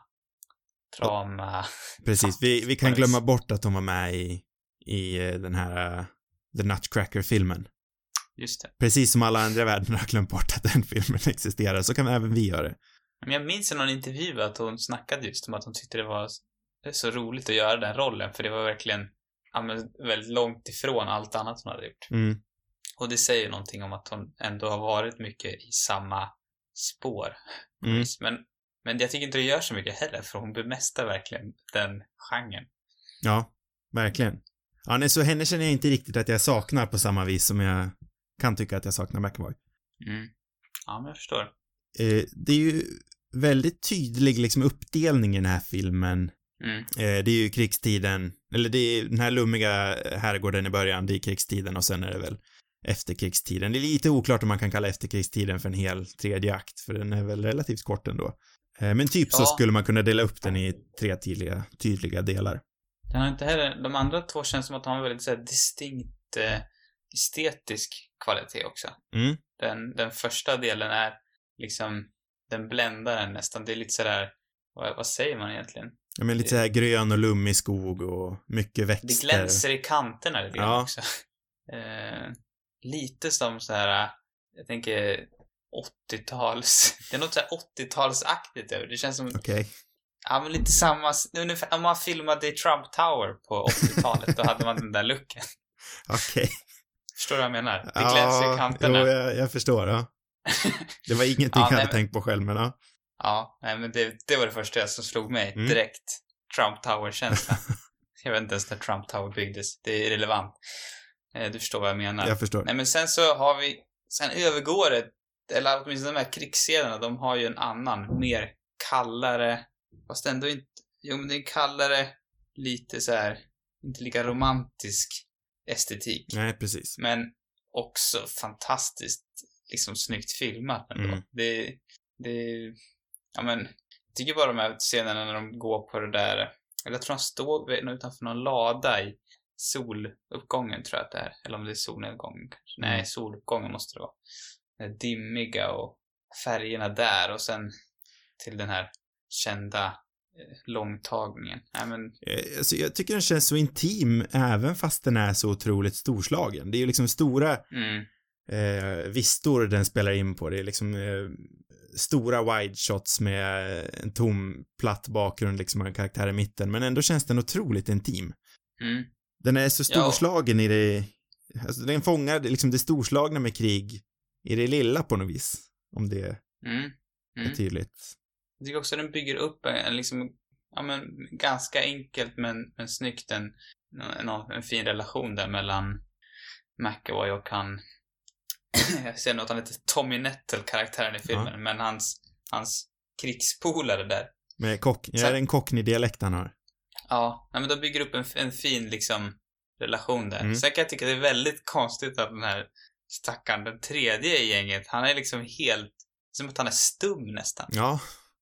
B: Drama.
A: Ja, precis, vi, vi kan glömma bort att hon var med i, i den här uh, The Nutcracker-filmen.
B: Just det.
A: Precis som alla andra världen har glömt bort att den filmen existerar, så kan även vi göra det.
B: Men jag minns i någon intervju att hon snackade just om att hon tyckte det var så roligt att göra den rollen, för det var verkligen ja, men väldigt långt ifrån allt annat hon hade gjort.
A: Mm.
B: Och det säger någonting om att hon ändå har varit mycket i samma spår.
A: Mm.
B: Men, men jag tycker inte det gör så mycket heller, för hon bemästrar verkligen den genren.
A: Ja, verkligen. Ja, nej, så henne känner jag inte riktigt att jag saknar på samma vis som jag kan tycka att jag saknar McAvoy.
B: Mm. Ja, men jag förstår.
A: Eh, det är ju väldigt tydlig liksom uppdelning i den här filmen.
B: Mm.
A: Eh, det är ju krigstiden, eller det är den här lummiga herrgården i början, det är krigstiden och sen är det väl efterkrigstiden. Det är lite oklart om man kan kalla efterkrigstiden för en hel tredje akt, för den är väl relativt kort ändå. Eh, men typ ja. Så skulle man kunna dela upp den i tre tydliga, tydliga delar.
B: Den har inte heller, de andra två känns som att de har en väldigt så här, distinkt eh, estetisk kvalitet också.
A: Mm.
B: Den, den första delen är liksom, den bländar en nästan. Det är lite sådär, vad, vad säger man egentligen?
A: Ja, men lite så här grön och lummig skog och mycket växter. Det
B: glänser i kanterna lite
A: ja.
B: också. Eh, lite som så här, jag tänker åttio-tals. Det är något så här åttio-talsaktigt över. Det känns som
A: okay.
B: Ja, men lite samma ungefär, om man filmade i Trump Tower på åttio-talet då hade man den där looken.
A: Okej. Okay.
B: Förstår du vad jag menar? Det glänser
A: ja,
B: i kanterna.
A: Jo, jag, jag förstår, ja. Det var ingenting ja, jag hade men... tänkt på själv, men ja.
B: Ja, nej, men det, det var det första som slog mig mm. direkt. Trump Tower-känsla. Jag vet inte ens när Trump Tower byggdes. Det är irrelevant. Du förstår vad jag menar.
A: Jag förstår.
B: Nej, men sen så har vi, sen övergår det, eller åtminstone de här krigsscenerna, de har ju en annan, mer kallare, fast ändå inte, jo men det är kallare, lite så här, inte lika romantisk estetik.
A: Nej, precis.
B: Men också fantastiskt, liksom snyggt filmat ändå. Mm. Det, det, ja men, jag tycker bara de här scenerna när de går på det där, eller jag tror de står utanför någon lada i soluppgången tror jag att det är. Eller om det är solnedgången kanske. Mm. Nej, soluppgången måste det vara. Det dimmiga och färgerna där och sen till den här kända eh, långtagningen. Nej, men...
A: alltså, jag tycker den känns så intim även fast den är så otroligt storslagen. Det är ju liksom stora
B: mm.
A: eh, vistor den spelar in på. Det är liksom eh, stora wide shots med en tom platt bakgrund liksom, en karaktär i mitten, men ändå känns den otroligt intim.
B: Mm.
A: Den är så storslagen ja. i det, alltså den fångar liksom det storslagna med krig i det lilla på något vis, om det
B: mm. Mm.
A: är tydligt.
B: Jag tycker också att den bygger upp en, liksom, ja men ganska enkelt men, men snyggt en, en, en fin relation där mellan McAvoy och han jag ser något han heter Tommy Nettle, karaktären i filmen, ja. men hans, hans krigspolare där.
A: Med kock, ja, är det en Cockney-dialekt han har?
B: Ja, men de bygger upp en, en fin liksom relation där.
A: Mm.
B: Sen kan jag tycka det är väldigt konstigt att den här stackaren, den tredje i gänget, han är liksom helt, som att han är stum nästan.
A: Ja.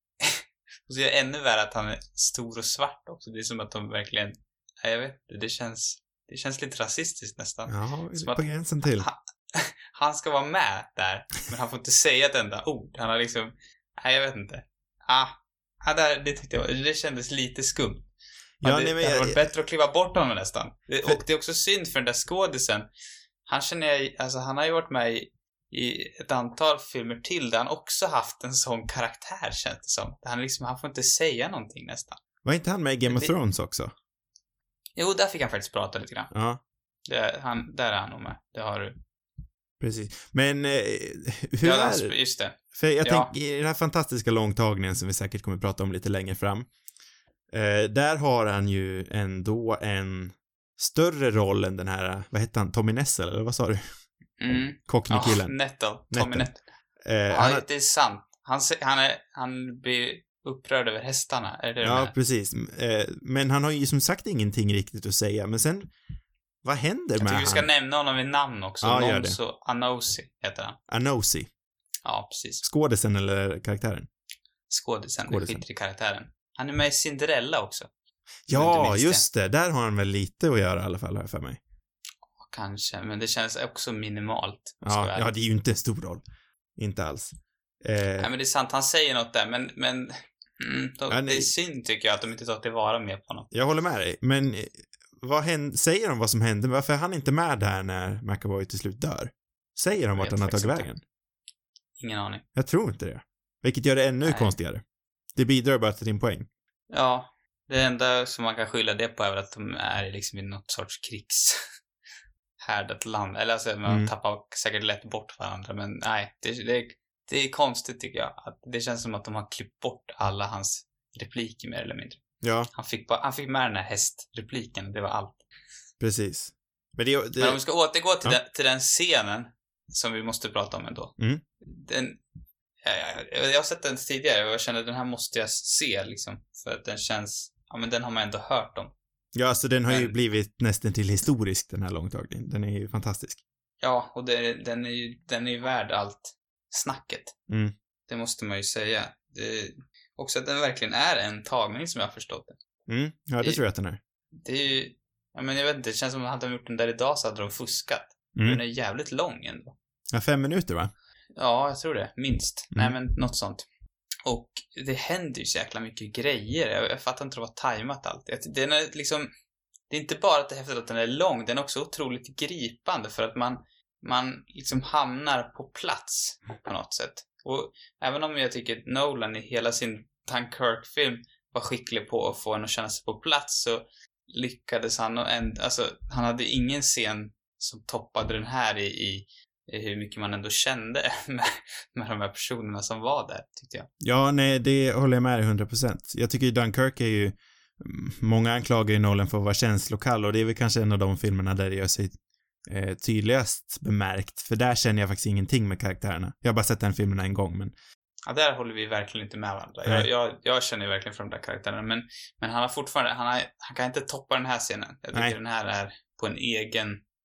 B: Och så är det ännu värre att han är stor och svart också. Det är som att de verkligen, nej, jag vet inte, det känns, det känns lite rasistiskt nästan.
A: Ja,
B: som
A: på gränsen till.
B: Han, han ska vara med där, men han får inte säga ett enda ord. Han har liksom, nej, jag vet inte. Ah, ah där, det tyckte jag, det kändes lite skumt. Ja, det, nej, men, det hade varit jag, bättre att kliva bort honom nästan. Det, för, och det är också synd för den där skådisen. Han känner jag, alltså han har ju varit med i, i ett antal filmer till där han också haft en sån karaktär, känns det som. Han liksom, han får inte säga någonting nästan.
A: Var inte han med i Game of det, Thrones också?
B: Jo, där fick han faktiskt prata lite grann.
A: Ja.
B: Det, han, där är han nog med, det har du.
A: Precis. Men eh, hur
B: ja,
A: är det?
B: Just det.
A: För jag
B: ja.
A: tänker, i den här fantastiska långtagningen som vi säkert kommer att prata om lite längre fram. Eh, där har han ju ändå en större roll än den här, vad heter han, Tommy Nessel, eller vad sa du?
B: Mm.
A: Cockney-killen.
B: Oh, Nettle, Tommy Nettle.
A: Eh,
B: ja,
A: han har...
B: det är sant. Han, han, är, han blir upprörd över hästarna, är det
A: Ja,
B: det
A: precis. Eh, men han har ju som sagt ingenting riktigt att säga, men sen, vad händer
B: jag
A: med han?
B: Jag tycker vi ska nämna honom vid namn också.
A: Ja,
B: Nonso Anosi heter han.
A: Anosi.
B: Ja, precis.
A: Skådisen eller karaktären?
B: Skådisen, Skådisen. Det skiter i karaktären. Han är med i Cinderella också.
A: Ja, just det. Där har han väl lite att göra i alla fall, här för mig.
B: Kanske, men det känns också minimalt.
A: Ja, ja, det är ju inte en stor roll. Inte alls.
B: Eh... Nej, men det är sant. Han säger något där, men, men mm, då, ja, det är synd tycker jag att de inte tar tillvara mer på honom.
A: Jag håller med dig, men vad händer, säger de vad som hände? Varför är han inte med där när McAvoy till slut dör? Säger de vart han har tagit vägen?
B: Ingen aning.
A: Jag tror inte det. Vilket gör det ännu Nej. konstigare. Det bidrar bara till din poäng.
B: Ja, det enda som man kan skylla det på är att de är liksom i något sorts krigshärdat land. Eller alltså, man mm. tappar säkert lätt bort varandra. Men nej, det, det, det är konstigt tycker jag. Att det känns som att de har klippt bort alla hans repliker mer eller mindre.
A: Ja.
B: Han fick, bara, han fick med den här hästrepliken, det var allt.
A: Precis. Men, det, det...
B: Men om vi ska återgå till, ja. den, till den scenen som vi måste prata om ändå.
A: Mm.
B: Den, ja, ja, jag har sett den tidigare och jag känner att den här måste jag se liksom. För att den känns, ja men den har man ändå hört om.
A: Ja, alltså den har men, ju blivit nästan till historisk, den här långtagningen. Den är ju fantastisk.
B: Ja, och det, den är ju den är ju värd allt snacket.
A: Mm.
B: Det måste man ju säga. Det, också att den verkligen är en tagning som jag har förstått det.
A: Mm, ja det, det tror jag att den är.
B: Det är ju, ja men jag vet inte, det känns som att hade de gjort den där idag så hade de fuskat.
A: Mm.
B: Den är jävligt lång ändå.
A: Ja, fem minuter va?
B: Ja, jag tror det. Minst.
A: Mm.
B: Nej, men något sånt. Och det händer ju så jäkla mycket grejer. Jag, jag fattar inte hur det var tajmat allt. Den är liksom... Det är inte bara att det är häftigt att den är lång. Den är också otroligt gripande för att man, man liksom hamnar på plats på något sätt. Och även om jag tycker Nolan i hela sin Dunkirk-film var skicklig på att få en att känna sig på plats så lyckades han och en, alltså han hade ingen scen som toppade den här i, i hur mycket man ändå kände med, med de här personerna som var där, tyckte jag.
A: Ja, nej, det håller jag med dig hundra procent. Jag tycker ju Dunkirk är ju, många anklagar ju Nolan för att vara känslokall och det är väl kanske en av de filmerna där det gör sig eh, tydligast bemärkt, för där känner jag faktiskt ingenting med karaktärerna. Jag har bara sett den filmen en gång, men...
B: Ja, där håller vi verkligen inte med varandra. Jag, jag, jag känner ju verkligen för de där karaktärerna, men, men han har fortfarande, han, har, han kan inte toppa den här scenen. Jag tycker nej. Den här är på en egen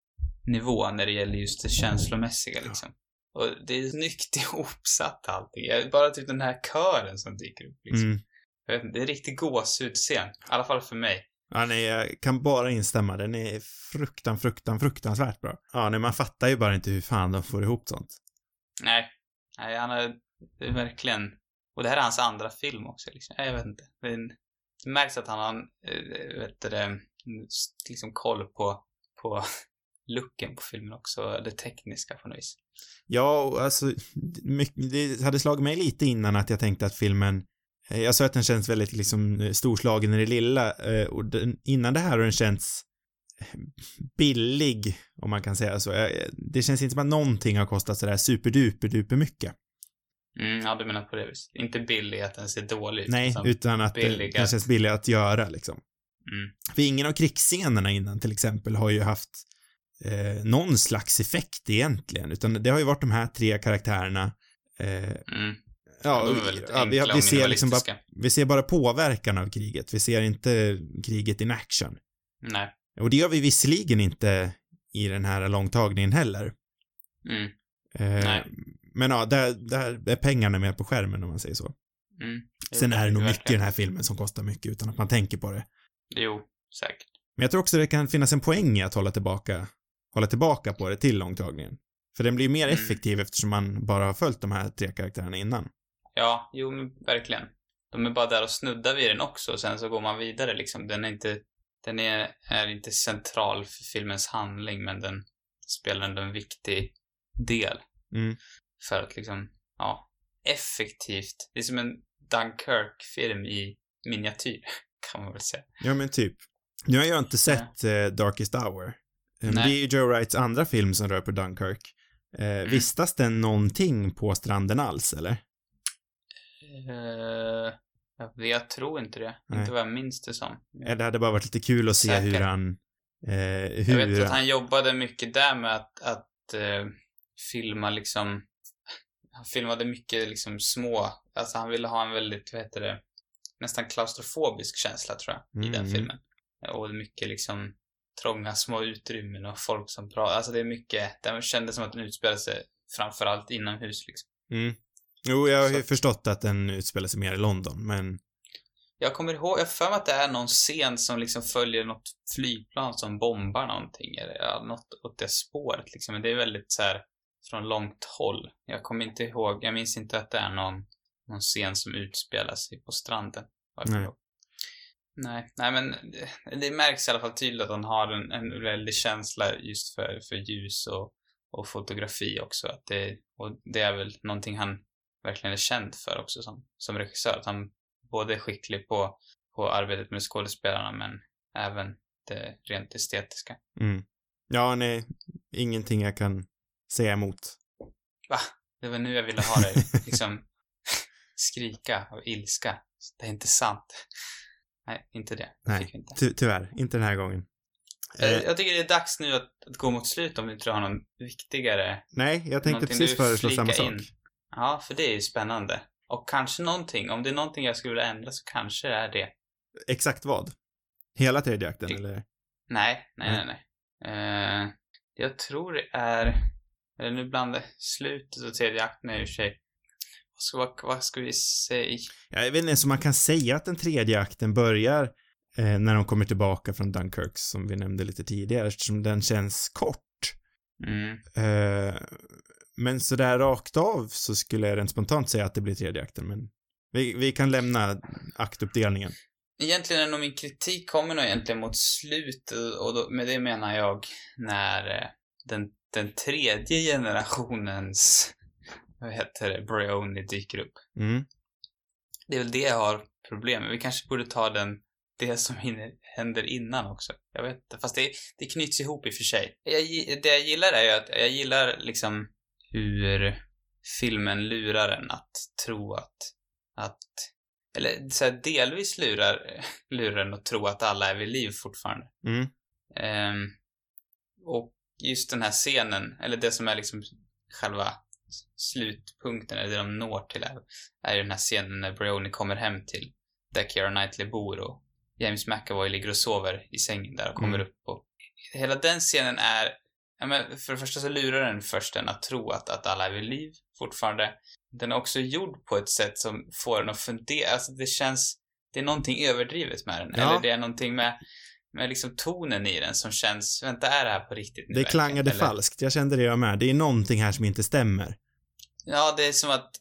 B: nivå när det gäller just det känslomässiga liksom. Och det är snyggt ihopsatt allting. Bara typ den här kören som dyker upp liksom.
A: Mm.
B: Jag vet inte, det är en riktig gåshudscen. I alla fall för mig.
A: Ja, nej, jag kan bara instämma. Den är fruktan, fruktan, fruktansvärt bra. Ja, nej, man fattar ju bara inte hur fan de får ihop sånt.
B: Nej. Nej, han är, det är verkligen... Och det här är hans andra film också liksom. Jag vet inte. Det, är en, det märks att han har, äh, vet det, liksom koll på, på looken på filmen också, det tekniska på något vis.
A: Ja, alltså mycket, det hade slagit mig lite innan att jag tänkte att filmen, jag sa att den känns väldigt liksom storslagen i det lilla, och den, innan det här har den känts billig, om man kan säga så. Det känns inte som att någonting har kostat sådär superduper duper mycket.
B: Mm, ja, du menar på det vis. Inte billig att den ser dålig ut.
A: Nej, utan att det, det känns billig att göra liksom.
B: Mm.
A: För ingen av krigsscenerna innan till exempel har ju haft eh, någon slags effekt egentligen, utan det har ju varit de här tre karaktärerna. Eh,
B: mm.
A: Ja,
B: de är väldigt
A: ja vi,
B: enkla
A: vi
B: och
A: ser liksom bara,
B: minimalistiska.
A: vi ser bara påverkan av kriget. Vi ser inte kriget in action.
B: Nej.
A: Och det gör vi visserligen inte i den här långtagningen heller.
B: Mm.
A: Eh,
B: Nej.
A: Men ja, där, där är pengarna med på skärmen om man säger så.
B: Mm.
A: Sen är det nog mycket i
B: verkligen.
A: den här filmen som kostar mycket utan att man tänker på det.
B: Jo, säkert.
A: Men jag tror också det kan finnas en poäng i att hålla tillbaka, hålla tillbaka på det till långtagningen. För den blir mer
B: Mm.
A: effektiv eftersom man bara har följt de här tre karaktärerna innan.
B: Ja, jo, men verkligen. De är bara där och snuddar vid den också, och sen så går man vidare liksom. Den är inte, den är, är inte central för filmens handling, men den spelar ändå en viktig del.
A: Mm.
B: För att liksom, ja, effektivt. Det är som en Dunkirk-film i miniatyr, kan man väl säga.
A: Ja, men typ. Nu har jag inte sett eh, Darkest Hour. Eh, Men det
B: Nej.
A: är ju Joe Wrights andra film som rör på Dunkirk. Eh,
B: Mm.
A: Vistas den någonting på stranden alls, eller?
B: Uh, jag, vet, jag tror inte det.
A: Nej.
B: Inte vad jag minns det som.
A: Eller det hade bara varit lite kul att se
B: Säker.
A: hur han... Eh,
B: Jag
A: hur
B: vet att han jobbade mycket där med att, att uh, filma liksom... Han filmade mycket liksom små... Alltså han ville ha en väldigt, vad heter det? Nästan klaustrofobisk känsla, tror jag, i den
A: Mm.
B: filmen. Och mycket liksom trånga små utrymmen och folk som pratar. Alltså det är mycket... Den kändes som att den utspelade sig framförallt inomhus liksom.
A: Mm. Jo, jag har ju
B: Så-
A: förstått att den utspelar sig mer i London, men...
B: Jag kommer ihåg, jag har för mig att det är någon scen som liksom följer något flygplan som bombar någonting, eller ja, något åt det spåret liksom. Men det är väldigt så här från långt håll. Jag kommer inte ihåg, jag minns inte att det är någon, någon scen som utspelar sig på stranden.
A: Nej.
B: Nej, nej men det, det märks i alla fall tydligt att han har en, en väldig känsla just för, för ljus och, och fotografi också. Att det, och det är väl någonting han verkligen är känd för också som, som regissör. Att han både är skicklig på, på arbetet med skådespelarna, men även det rent estetiska.
A: Mm. Ja, nej. Ingenting jag kan säga emot.
B: Va? Det var nu jag ville ha dig liksom skrika av ilska. Det är inte sant. Nej, inte det. Det
A: Nej,
B: fick vi inte.
A: ty- tyvärr. Inte den här gången.
B: Eh,
A: Eh,
B: Jag tycker det är dags nu att, att gå mot slut om vi inte har någon viktigare.
A: nej, jag tänkte
B: någonting
A: precis
B: du
A: föreslå
B: flika
A: samma sak.
B: in. Ja, för det är ju spännande. Och kanske någonting, om det är någonting jag skulle vilja ändra så kanske det är det.
A: Exakt vad? Hela tredje akten,
B: Ty-
A: eller?
B: Nej, nej,
A: Nej.
B: nej, nej. Eh, jag tror det är, eller nu bland slutet och tredje akten är i och för sig. Vad ska, vad, vad ska vi säga?
A: Jag vet inte, så man kan säga att den tredje akten börjar eh, när de kommer tillbaka från Dunkirk, som vi nämnde lite tidigare, eftersom den känns kort.
B: Mm.
A: Eh, men så där rakt av så skulle jag rent spontant säga att det blir tredje akten, men vi, vi kan lämna aktuppdelningen.
B: Egentligen är nog min kritik kommer nog egentligen mot slutet, och då, med det menar jag när eh, den, den tredje generationens, vad heter det, Brioni dyker upp.
A: Mm.
B: Det är väl det jag har problem med. Vi kanske borde ta den, det som hinner, händer innan också. Jag vet inte, fast det, det knyts ihop i och för sig. Jag, gi- det jag gillar är ju att jag gillar liksom hur filmen lurar en att tro att, att eller så här, delvis lurar, lurar en att tro att alla är vid liv fortfarande.
A: Mm.
B: Ehm, och just den här scenen, eller det som är liksom själva slutpunkten, eller det de når till är, är ju den här scenen när Brioni kommer hem till där Keira Knightley bor och James McAvoy ligger och sover i sängen där och kommer
A: Mm.
B: upp och hela den scenen är, ja, men för det första så lurar den först en att tro att, att alla är vid liv fortfarande. Den är också gjord på ett sätt som får en att fundera, alltså det känns, det är någonting överdrivet med den,
A: Ja.
B: eller det är någonting med med liksom tonen i den som känns, vänta, är det här på riktigt nu
A: Det
B: verkligen?
A: klangade
B: Eller-
A: falskt, jag kände det jag med. Det är någonting här som inte stämmer.
B: Ja, det är som att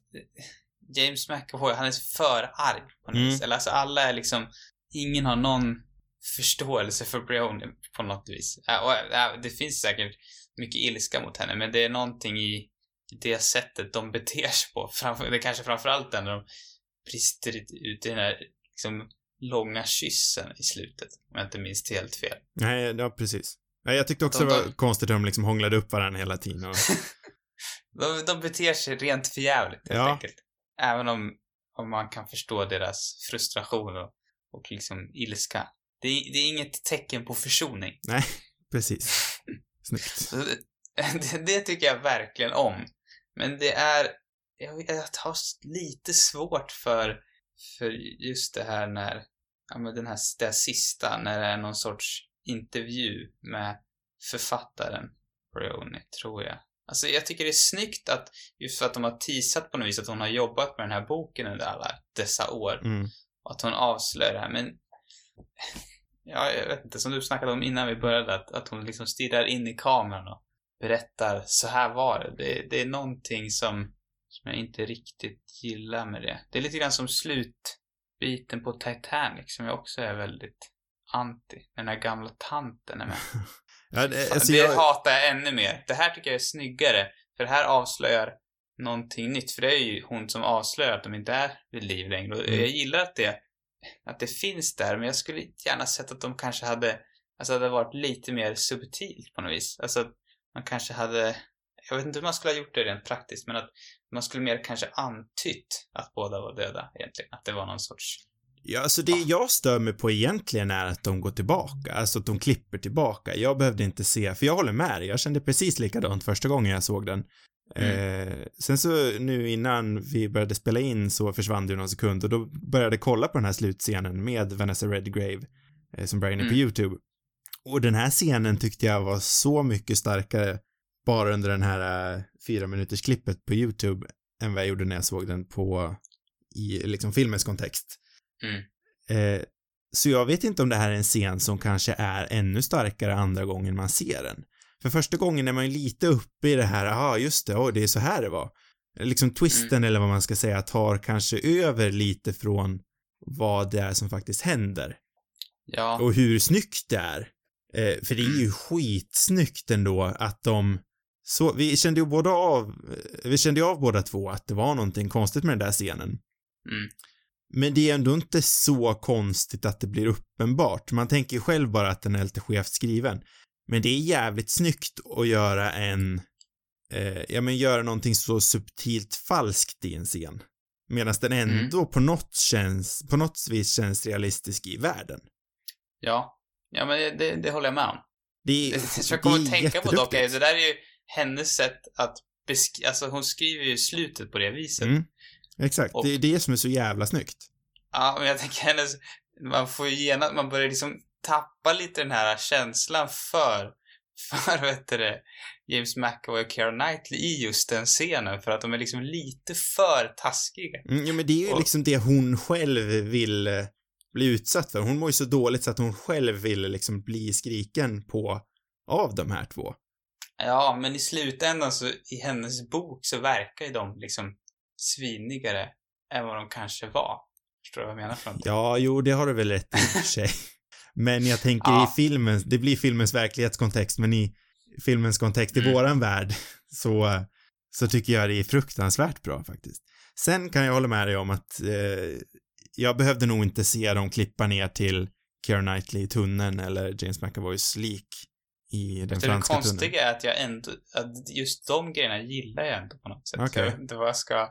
B: James McAvoy, han är för arg på något
A: Mm.
B: vis. Eller alltså alla är liksom, ingen har någon förståelse för Bryony på något vis. Äh, och, äh, det finns säkert mycket ilska mot henne, men det är någonting i, i det sättet de beter sig på. Framför, det är kanske framförallt när de brister ut i den här liksom, långa kyssen i slutet, om jag inte minns helt fel.
A: Nej, ja, precis. Nej, jag tyckte också de, det var de, konstigt att de liksom hånglade upp varandra hela tiden. Och...
B: de, de beter sig rent förjävligt, helt
A: ja.
B: enkelt. Även om, om man kan förstå deras frustration och, och liksom ilska. Det är, det är inget tecken på försoning.
A: Nej, precis. Snyggt.
B: det, det tycker jag verkligen om. Men det är... Jag, jag har lite svårt för, för just det här när... Ja, men den här det här sista, när det är någon sorts intervju med författaren Bryony, tror jag. Alltså jag tycker det är snyggt att just för att de har teasat på något vis att hon har jobbat med den här boken under alla dessa år.
A: Mm.
B: Och att hon avslöjar det här. Men ja, jag vet inte, som du snackade om innan vi började, att, att hon liksom stirrar in i kameran och berättar, så här var det. Det, det är någonting som, som jag inte riktigt gillar med det. Det är lite grann som slutbiten på Titanic som jag också är väldigt anti. Den här gamla tanten är med.
A: ja, det alltså
B: det
A: jag...
B: hatar jag ännu mer. Det här tycker jag är snyggare. För det här avslöjar någonting nytt. För det är ju hon som avslöjar att de inte är vid liv längre. Och mm. jag gillar att det, att det finns där. Men jag skulle gärna sett att de kanske hade... Alltså det hade varit lite mer subtilt på något vis. Alltså att man kanske hade... Jag vet inte hur man skulle ha gjort det rent praktiskt. Men att man skulle mer kanske antytt att båda var döda egentligen. Att det var någon sorts...
A: Ja, alltså det jag stör mig på egentligen är att de går tillbaka, alltså att de klipper tillbaka. Jag behövde inte se, för jag håller med dig, jag kände precis likadant första gången jag såg den. Mm. Eh, sen så nu innan vi började spela in så försvann det någon sekund och då började jag kolla på den här slutscenen med Vanessa Redgrave eh, som började mm. på YouTube. Och den här scenen tyckte jag var så mycket starkare bara under den här eh, fyra minuters klippet på YouTube än vad jag gjorde när jag såg den på i liksom filmens kontext.
B: Mm.
A: Eh, så jag vet inte om det här är en scen som kanske är ännu starkare andra gången man ser den. För första gången är man ju lite uppe i det här, ja just det, oh, det är så här det var. Liksom twisten mm. eller vad man ska säga tar kanske över lite från vad det är som faktiskt händer.
B: Ja.
A: Och hur snyggt det är. Eh, för det är ju skitsnyggt ändå att de så, vi kände ju båda av vi kände ju av båda två att det var någonting konstigt med den där scenen.
B: Mm.
A: Men det är ändå inte så konstigt att det blir uppenbart. Man tänker ju själv bara att den är lite skevt skriven. Men det är jävligt snyggt att göra en eh, ja men göra någonting så subtilt falskt i en scen. Medan den ändå mm. på något känns på något vis känns realistisk i världen.
B: Ja. Ja men det, det håller jag med om.
A: Det,
B: det, det jag kommer att tänka på dock är, det där är ju hennes sätt att beskriva, alltså hon skriver ju slutet på det viset.
A: Mm. Exakt, och, det är det som är så jävla snyggt.
B: Ja, men jag tänker hennes, man får ju gena, man börjar liksom tappa lite den här känslan för, för vet du det, James McAvoy och Keira Knightley i just den scenen, för att de är liksom lite för taskiga.
A: Mm, ja, men det är ju och, liksom det hon själv vill eh, bli utsatt för. Hon mår ju så dåligt så att hon själv vill liksom bli skriken på av de här två.
B: Ja, men i slutändan så i hennes bok så verkar ju de liksom svinigare än vad de kanske var. Förstår du vad jag menar för någonting?
A: Ja, jo, det har du väl rätt i för sig. Men jag tänker ja. i filmen, det blir filmens verklighetskontext, men i filmens kontext i mm. våran värld så, så tycker jag det är fruktansvärt bra faktiskt. Sen kan jag hålla med dig om att eh, jag behövde nog inte se dem klippa ner till Keira Knightley i tunneln eller James McAvoys lik i den franska tunneln. Det
B: konstiga är att jag ändå, att just de grejerna gillar jag ändå på något sätt. Okay. Jag vet inte vad jag ska...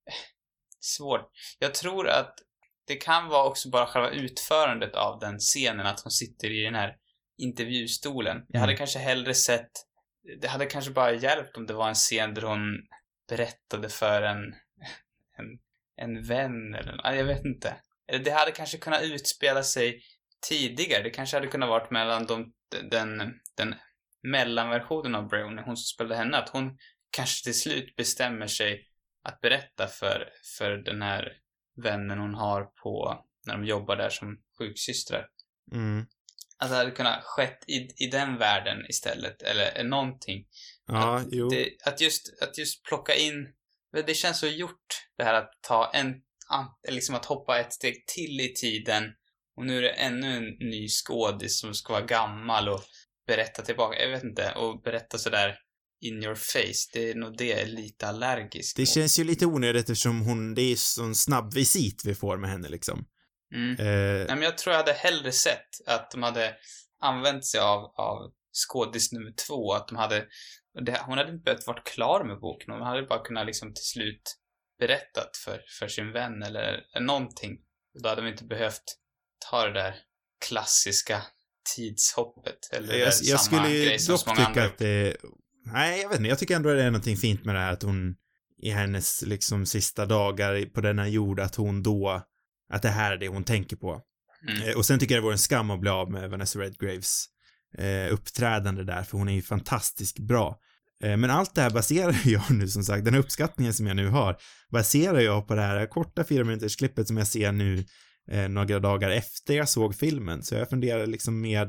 B: Svårt. Jag tror att det kan vara också bara själva utförandet av den scenen, att hon sitter i den här intervjustolen. Jag hade mm. kanske hellre sett, det hade kanske bara hjälpt om det var en scen där hon berättade för en en, en vän eller jag vet inte. Eller det hade kanske kunnat utspela sig tidigare. Det kanske hade kunnat varit mellan de, den, den mellanversionen av Bryony, hon som spelade henne, att hon kanske till slut bestämmer sig att berätta för, för den här vännen hon har på när de jobbar där som sjuksystrar.
A: Mm.
B: Att det hade kunnat skett i, i den världen istället. Eller någonting.
A: Ja,
B: att,
A: jo.
B: Det, att, just, att just plocka in... Det känns så gjort det här att ta en... Liksom att hoppa ett steg till i tiden Och nu är det ännu en ny skådis som ska vara gammal och berätta tillbaka. Jag vet inte. Och berätta sådär in your face. Det är nog det jag är lite allergisk
A: Det
B: mot.
A: känns ju lite onödigt eftersom hon, det är sån snabb visit vi får med henne liksom.
B: Mm.
A: Eh,
B: Nej, men jag tror jag hade hellre sett att de hade använt sig av, av skådis nummer två. Att de hade, det, hon hade inte behövt varit klar med boken. Hon hade bara kunnat liksom till slut berättat för, för sin vän eller, eller någonting. Och då hade vi inte behövt ta det där klassiska tidshoppet. Eller
A: jag,
B: det
A: jag
B: samma
A: skulle
B: grej som
A: dock
B: så många andra
A: tycka att det, nej, jag vet inte, jag tycker ändå det är någonting fint med det här att hon i hennes liksom sista dagar på denna jord, att hon då, att det här är det hon tänker på.
B: Mm.
A: Eh, och sen tycker jag det vore en skam att bli av med Vanessa Redgraves eh, uppträdande där, för hon är ju fantastiskt bra. Eh, men allt det här baserar jag nu, som sagt, den uppskattningen som jag nu har, baserar jag på det här korta fyra minuters klippet som jag ser nu eh, några dagar efter jag såg filmen. Så jag funderar liksom med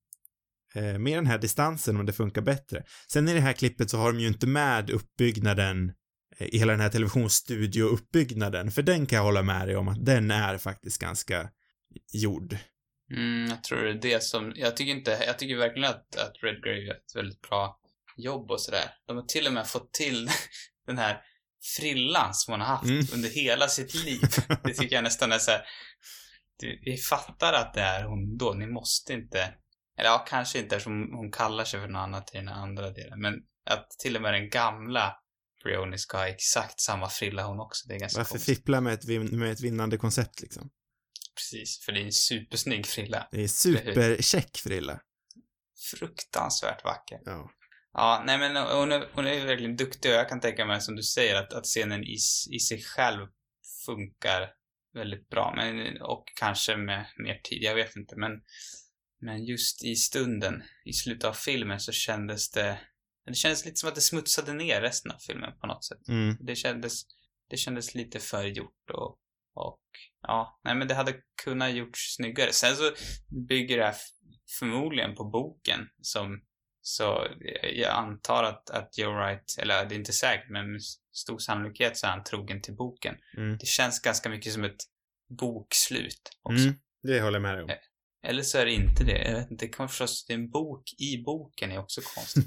A: eh, med den här distansen om det funkar bättre. Sen i det här klippet så har de ju inte med uppbyggnaden i hela den här televisionsstudio-uppbyggnaden, för den kan jag hålla med dig om att den är faktiskt ganska gjord.
B: Mm, jag tror det är det som, jag tycker inte, jag tycker verkligen att, att Redgrave gör ett väldigt bra jobb och sådär. De har till och med fått till den här frillan som hon har haft mm. under hela sitt liv. Det tycker jag nästan är så här, vi fattar att det är hon då, ni måste inte, eller ja, kanske inte eftersom hon kallar sig för något annat i den andra delen, men att till och med den gamla Brioni ska ha exakt samma frilla hon också, det är ganska
A: Varför
B: konstigt.
A: fippla med ett, med ett vinnande koncept liksom?
B: Precis, för det är en supersnygg frilla.
A: Det är supercheck frilla.
B: Fruktansvärt vacker.
A: Ja.
B: Ja, nej men hon är, hon är verkligen duktig och jag kan tänka mig som du säger att, att scenen i, i sig själv funkar väldigt bra. Men, och kanske med mer tid, jag vet inte. Men, men just i stunden, i slutet av filmen så kändes det, det kändes lite som att det smutsade ner resten av filmen på något sätt.
A: Mm.
B: Det kändes, det kändes lite för gjort och, och ja, nej men det hade kunnat gjorts snyggare. Sen så bygger det här förmodligen på boken som, så jag antar att, att Joe Wright, eller det är inte säkert, men med stor sannolikhet så är han trogen till boken.
A: Mm.
B: Det känns ganska mycket som ett bokslut också.
A: Mm, det håller jag med dig om.
B: Eller så är det inte det. Jag vet inte, det kan förstås, det är en bok i boken är också konstigt.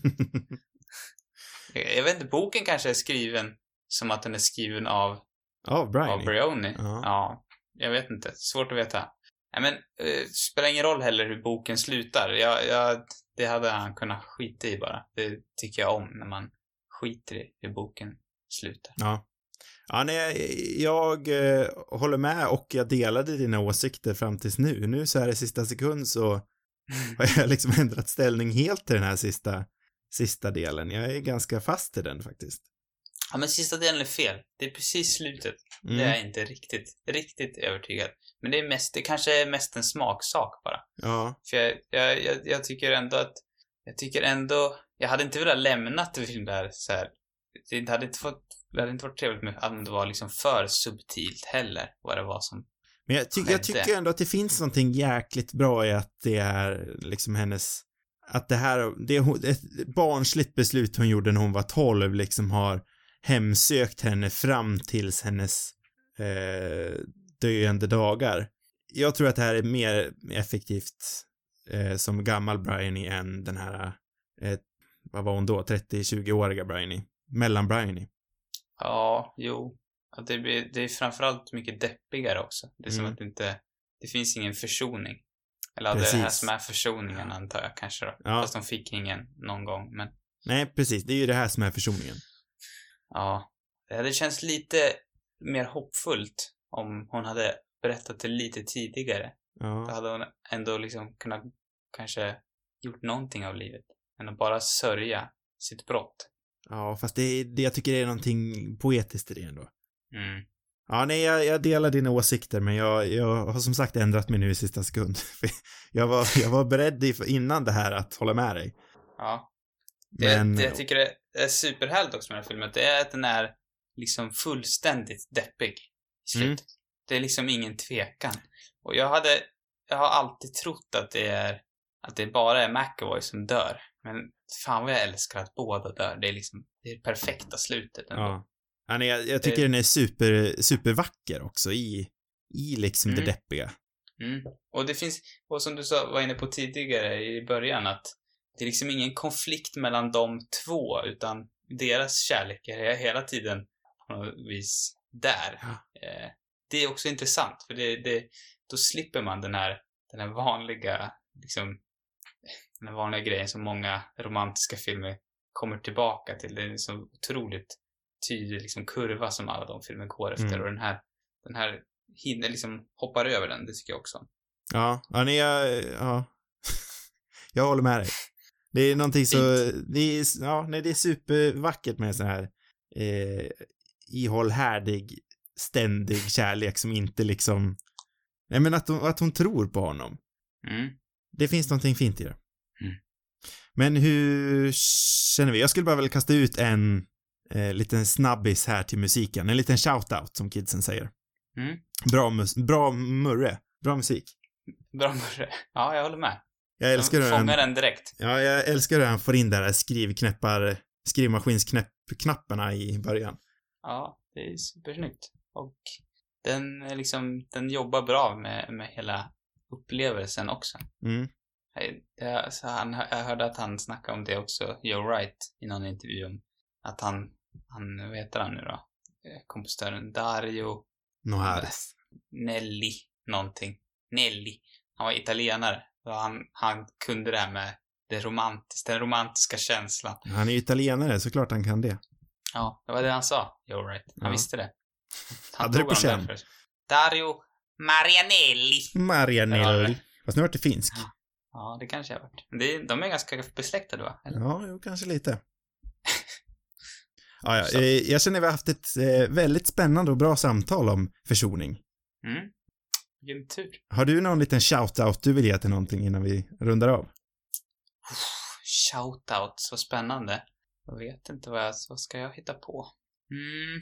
B: Jag vet inte, boken kanske är skriven som att den är skriven av
A: av Briony.
B: Av Briony.
A: Uh-huh.
B: Ja, jag vet inte. Svårt att veta. Nej, men eh, spelar ingen roll heller hur boken slutar. Jag, jag, det hade han kunnat skita i bara. Det tycker jag om när man skiter i hur boken slutar.
A: Ja. Ja, nej, jag eh, håller med och jag delade dina åsikter fram tills nu. Nu så är det sista sekund så har jag liksom ändrat ställning helt till den här sista, sista delen. Jag är ganska fast i den faktiskt.
B: Ja, men sista delen är fel. Det är precis slutet. Mm. Det är inte riktigt, riktigt övertygad. Men det är mest, det kanske är mest en smaksak bara.
A: Ja.
B: För jag, jag, jag, jag tycker ändå att, jag tycker ändå, jag hade inte velat lämna det film där så här. Det hade inte fått, det hade inte varit trevligt med att det var liksom för subtilt heller, vad det var som
A: Men jag, ty- jag tycker ändå att det finns någonting jäkligt bra i att det är liksom hennes, att det här, det är ett barnsligt beslut hon gjorde när hon var tolv liksom har hemsökt henne fram tills hennes eh, döende dagar. Jag tror att det här är mer effektivt eh, som gammal Briony än den här eh, vad var hon då? trettio-tjugo-åriga Briony. Mellan Briony.
B: Ja, jo. Det, blir, det är framförallt mycket deppigare också. Det är mm. som att det inte, det finns ingen försoning. Eller precis. Det är det här som är försoningen antar jag kanske då. Ja. Fast de fick ingen någon gång, men...
A: Nej, precis. Det är ju det här som är försoningen.
B: Ja. Det känns lite mer hoppfullt om hon hade berättat det lite tidigare. Ja. Då hade hon ändå liksom kunnat kanske gjort någonting av livet. Än att bara sörja sitt brott.
A: Ja, fast det, det jag tycker det är någonting poetiskt i det ändå.
B: Mm.
A: Ja, nej, jag, jag delar dina åsikter, men jag, jag har som sagt ändrat mig nu i sista sekund. jag, var, jag var beredd innan det här att hålla med dig.
B: Ja. Det, men... det jag tycker det är superhärligt också med den här filmen, det är att den är liksom fullständigt deppig i slutet. Mm. Det är liksom ingen tvekan. Och jag hade, jag har alltid trott att det är, att det bara är McAvoy som dör. Men fan vad jag älskar att båda dör. Det är liksom, det är det perfekta slutet ändå. Ja.
A: Ja, nej, jag, jag tycker det... den är super, supervacker också i, i liksom mm. det deppiga.
B: Mm. Och det finns, och som du sa, var inne på tidigare i början, att det är liksom ingen konflikt mellan de två, utan deras kärlek är hela tiden på något vis där.
A: Ja.
B: Eh, det är också intressant, för det, det, då slipper man den här, den här vanliga, liksom, den här vanliga grejen som många romantiska filmer kommer tillbaka till. Det är en så otroligt tydlig liksom, kurva som alla de filmer går efter.
A: Mm.
B: Och den här, den här hinner liksom hoppar över den, det tycker jag också.
A: Ja, ja, nej, jag, ja. Jag håller med dig. Det är någonting så, det är, ja, nej, det är supervackert med sån här eh, ihållhärdig, ständig kärlek som inte liksom, nej men att hon, att hon tror på honom.
B: Mm.
A: Det finns någonting fint i det.
B: Mm.
A: Men hur känner vi? Jag skulle bara väl kasta ut en eh, liten snabbis här till musiken. En liten shoutout, som kidsen säger.
B: Mm.
A: Bra, mus- bra murre. Bra musik.
B: Bra murre. Ja, jag håller med.
A: Jag älskar hur
B: Fångar
A: han,
B: den direkt.
A: ja, jag älskar hur han får in där skrivknäppar, skrivmaskinsknäppknapparna i början.
B: Ja, det är supersnyggt. Och den är liksom, den jobbar bra med, med hela upplevelsen också.
A: Mm.
B: Det, så han, jag hörde att han snackade om det också, Joe Wright, i någon intervju om att han, han, vad heter han nu då? Kompositören Dario
A: Nohares.
B: Nelli, någonting. Nelli. Han var italienare. Och han, han kunde det här med det romantiska, den romantiska känslan.
A: Han är ju italienare, såklart han kan det.
B: Ja, det var det han sa, Joe Wright. Han
A: Ja.
B: visste det. Han
A: Hade
B: tog
A: det på
B: honom
A: känn.
B: därför. Dario Marianelli.
A: Marianelli. Fast nu vart det finsk.
B: Ja. Ja, det kanske jag har varit. Det, de är ganska besläktade, va? Eller?
A: Ja, jo, kanske lite. Ja, ja, eh, jag känner att vi har haft ett eh, väldigt spännande och bra samtal om försoning.
B: Mm. Vilken tur.
A: Har du någon liten shoutout du vill ge till någonting innan vi rundar av?
B: Shoutout, så spännande. Jag vet inte vad jag, vad ska jag hitta på. Mm.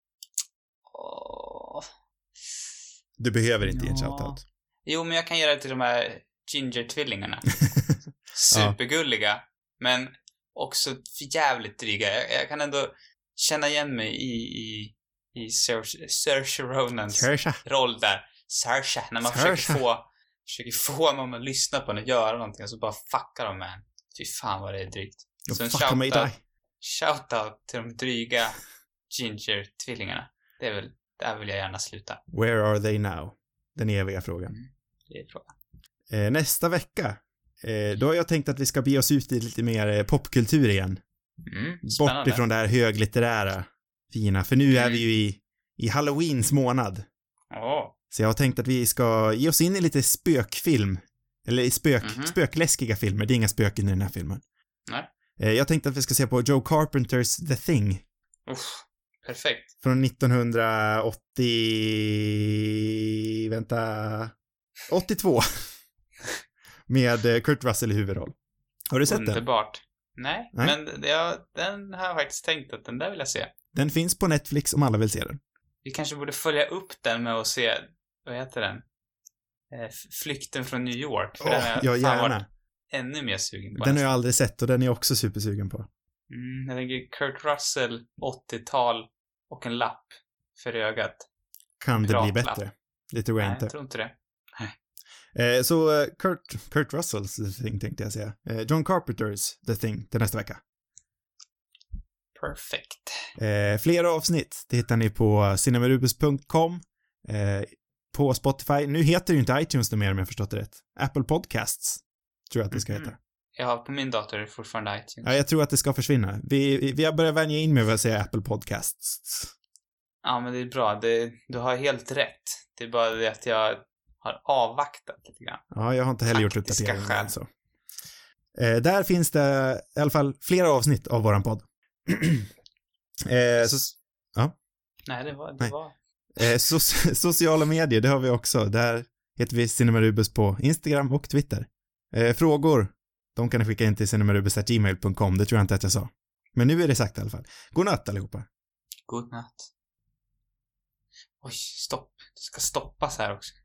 B: Åh.
A: Du behöver inte ge en
B: Ja.
A: shoutout.
B: Jo, men jag kan göra det till de här Ginger-tvillingarna. Supergulliga, men också för jävligt dryga. Jag, jag kan ändå känna igen mig i, i, i Saoirse Saoirse Ronans
A: Saoirse.
B: roll där. Saoirse, när man
A: Saoirse.
B: försöker få, försöker få någon att lyssna på en och göra någonting och så bara fuckar de med en. Fy fan vad det är drygt.
A: Jag
B: Så en
A: fuckar mig
B: shoutout,
A: dig.
B: shoutout till de dryga Ginger-tvillingarna. Det är väl, där vill jag gärna sluta.
A: Where are they now? Den eviga frågan.
B: Mm. Det är frågan.
A: Eh, nästa vecka, eh, då har jag tänkt att vi ska be oss ut i lite mer eh, popkultur igen.
B: Mm,
A: Bort
B: spännande.
A: ifrån det här höglitterära fina. För nu är
B: Mm.
A: vi ju i, i Halloweens månad.
B: Åh.
A: Så jag har tänkt att vi ska ge oss in i lite spökfilm. Eller i spök,
B: Mhm.
A: spökläskiga filmer. Det är inga spöken i den här filmen.
B: Nej.
A: Eh, jag tänkte att vi ska se på Joe Carpenters The Thing.
B: Uff, perfekt.
A: Från nittonhundraåttio... Vänta... åttiotvå. Med eh, Kurt Russell i huvudroll. Har du sett den?
B: Underbart. Nej,
A: Nej.
B: men det- jag, den har jag faktiskt tänkt att den där vill jag se.
A: Den finns på Netflix om alla vill se den.
B: Vi kanske borde följa upp den med att se, vad heter den? Eh, F- Flykten från New York. För
A: Åh,
B: den har jag
A: ja,
B: fan
A: gärna.
B: varit ännu mer sugen på.
A: Den har
B: nästan.
A: jag aldrig sett och den är jag också supersugen på.
B: Mm, jag tänker Kurt Russell, åttiotal och en lapp för ögat.
A: Kan det bli
B: Piratlapp.
A: bättre? Det tror jag
B: Nej,
A: inte.
B: jag tror inte det.
A: Eh, så eh, Kurt, Kurt Russells The Thing tänkte jag säga. Eh, John Carpenters The Thing till nästa vecka.
B: Perfekt.
A: Eh, flera avsnitt, det hittar ni på cinemarubus punkt com. Eh, på Spotify. Nu heter det ju inte iTunes mer om jag förstått det rätt. Apple Podcasts tror jag att det ska heta.
B: Mhm. Jag har på min dator är det fortfarande iTunes.
A: Ja, jag tror att det ska försvinna. Vi, vi har börjat vänja in med att säga Apple Podcasts.
B: Ja, men det är bra. Det, du har helt rätt. Det är bara det att jag har avvaktat lite grann.
A: Ja, jag har inte heller gjort
B: Faktiska
A: uppdateringar
B: skäl.
A: alltså. Eh, där finns det i alla fall flera avsnitt av våran podd. eh, så,
B: Nej, det var... Det
A: Nej.
B: var...
A: eh, so sociala medier, det har vi också. Där heter vi Cinemarubus på Instagram och Twitter. Eh, frågor, de kan ni skicka in till cinemarubus at gmail punkt com. Det tror jag inte att jag sa. Men nu är det sagt i alla fall. God natt allihopa.
B: God natt. Oj, stopp. Det ska stoppas här också.